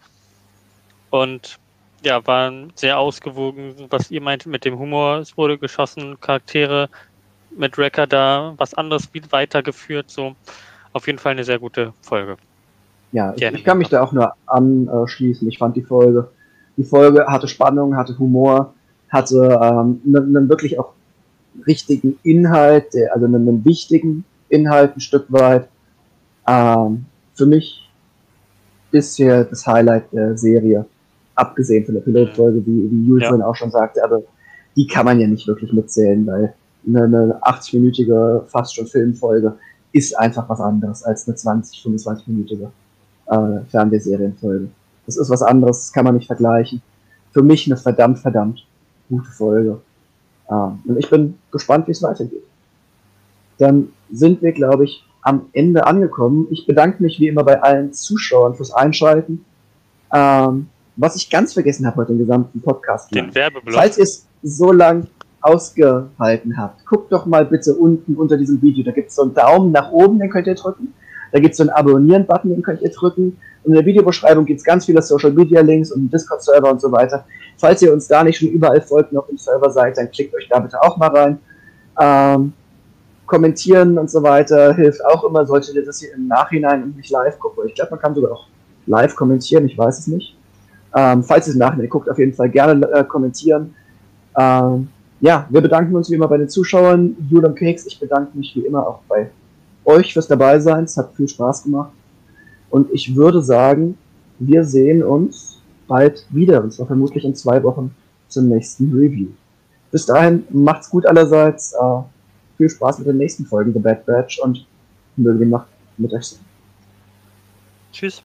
Und ja, waren sehr ausgewogen, was ihr meint mit dem Humor. Es wurde geschossen, Charaktere mit Wrecker da was anderes weitergeführt, so auf jeden Fall eine sehr gute Folge. Ja, ich, ich kann mich da auch nur anschließen. Ich fand die Folge, die Folge hatte Spannung, hatte Humor, hatte ähm, einen, einen wirklich auch richtigen Inhalt, der, also einen, einen wichtigen Inhalt ein Stück weit. Ähm, für mich bisher das Highlight der Serie, abgesehen von der Pilotfolge, wie, wie Jules ja. auch schon sagte, aber die kann man ja nicht wirklich mitzählen, weil eine achtzig-minütige, fast schon Filmfolge ist einfach was anderes als eine zwanzig, fünfundzwanzig-minütige äh, Fernsehserienfolge. Das ist was anderes, das kann man nicht vergleichen. Für mich eine verdammt, verdammt gute Folge. Ähm, und ich bin gespannt, wie es weitergeht. Dann sind wir, glaube ich, am Ende angekommen. Ich bedanke mich wie immer bei allen Zuschauern fürs Einschalten. Ähm, was ich ganz vergessen habe heute im gesamten Podcast. Den Werbeblock. Falls ihr es so lang ausgehalten habt, guckt doch mal bitte unten unter diesem Video, da gibt es so einen Daumen nach oben, den könnt ihr drücken, da gibt es so einen Abonnieren-Button, den könnt ihr drücken und in der Videobeschreibung gibt es ganz viele Social-Media-Links und einen Discord-Server und so weiter. Falls ihr uns da nicht schon überall folgt und auf dem Server seid, dann klickt euch da bitte auch mal rein. Ähm, kommentieren und so weiter hilft auch immer, solltet ihr das hier im Nachhinein und nicht live gucken. Ich glaube, man kann sogar auch live kommentieren, ich weiß es nicht. Ähm, falls ihr es im Nachhinein guckt, auf jeden Fall gerne äh, kommentieren. Ähm, Ja, wir bedanken uns wie immer bei den Zuschauern, Jule und Keks. Ich bedanke mich wie immer auch bei euch fürs Dabeisein. Es hat viel Spaß gemacht. Und ich würde sagen, wir sehen uns bald wieder. Und zwar vermutlich in zwei Wochen zum nächsten Review. Bis dahin, macht's gut allerseits. Uh, viel Spaß mit den nächsten Folgen The Bad Batch und möge die Macht mit euch sein. Tschüss.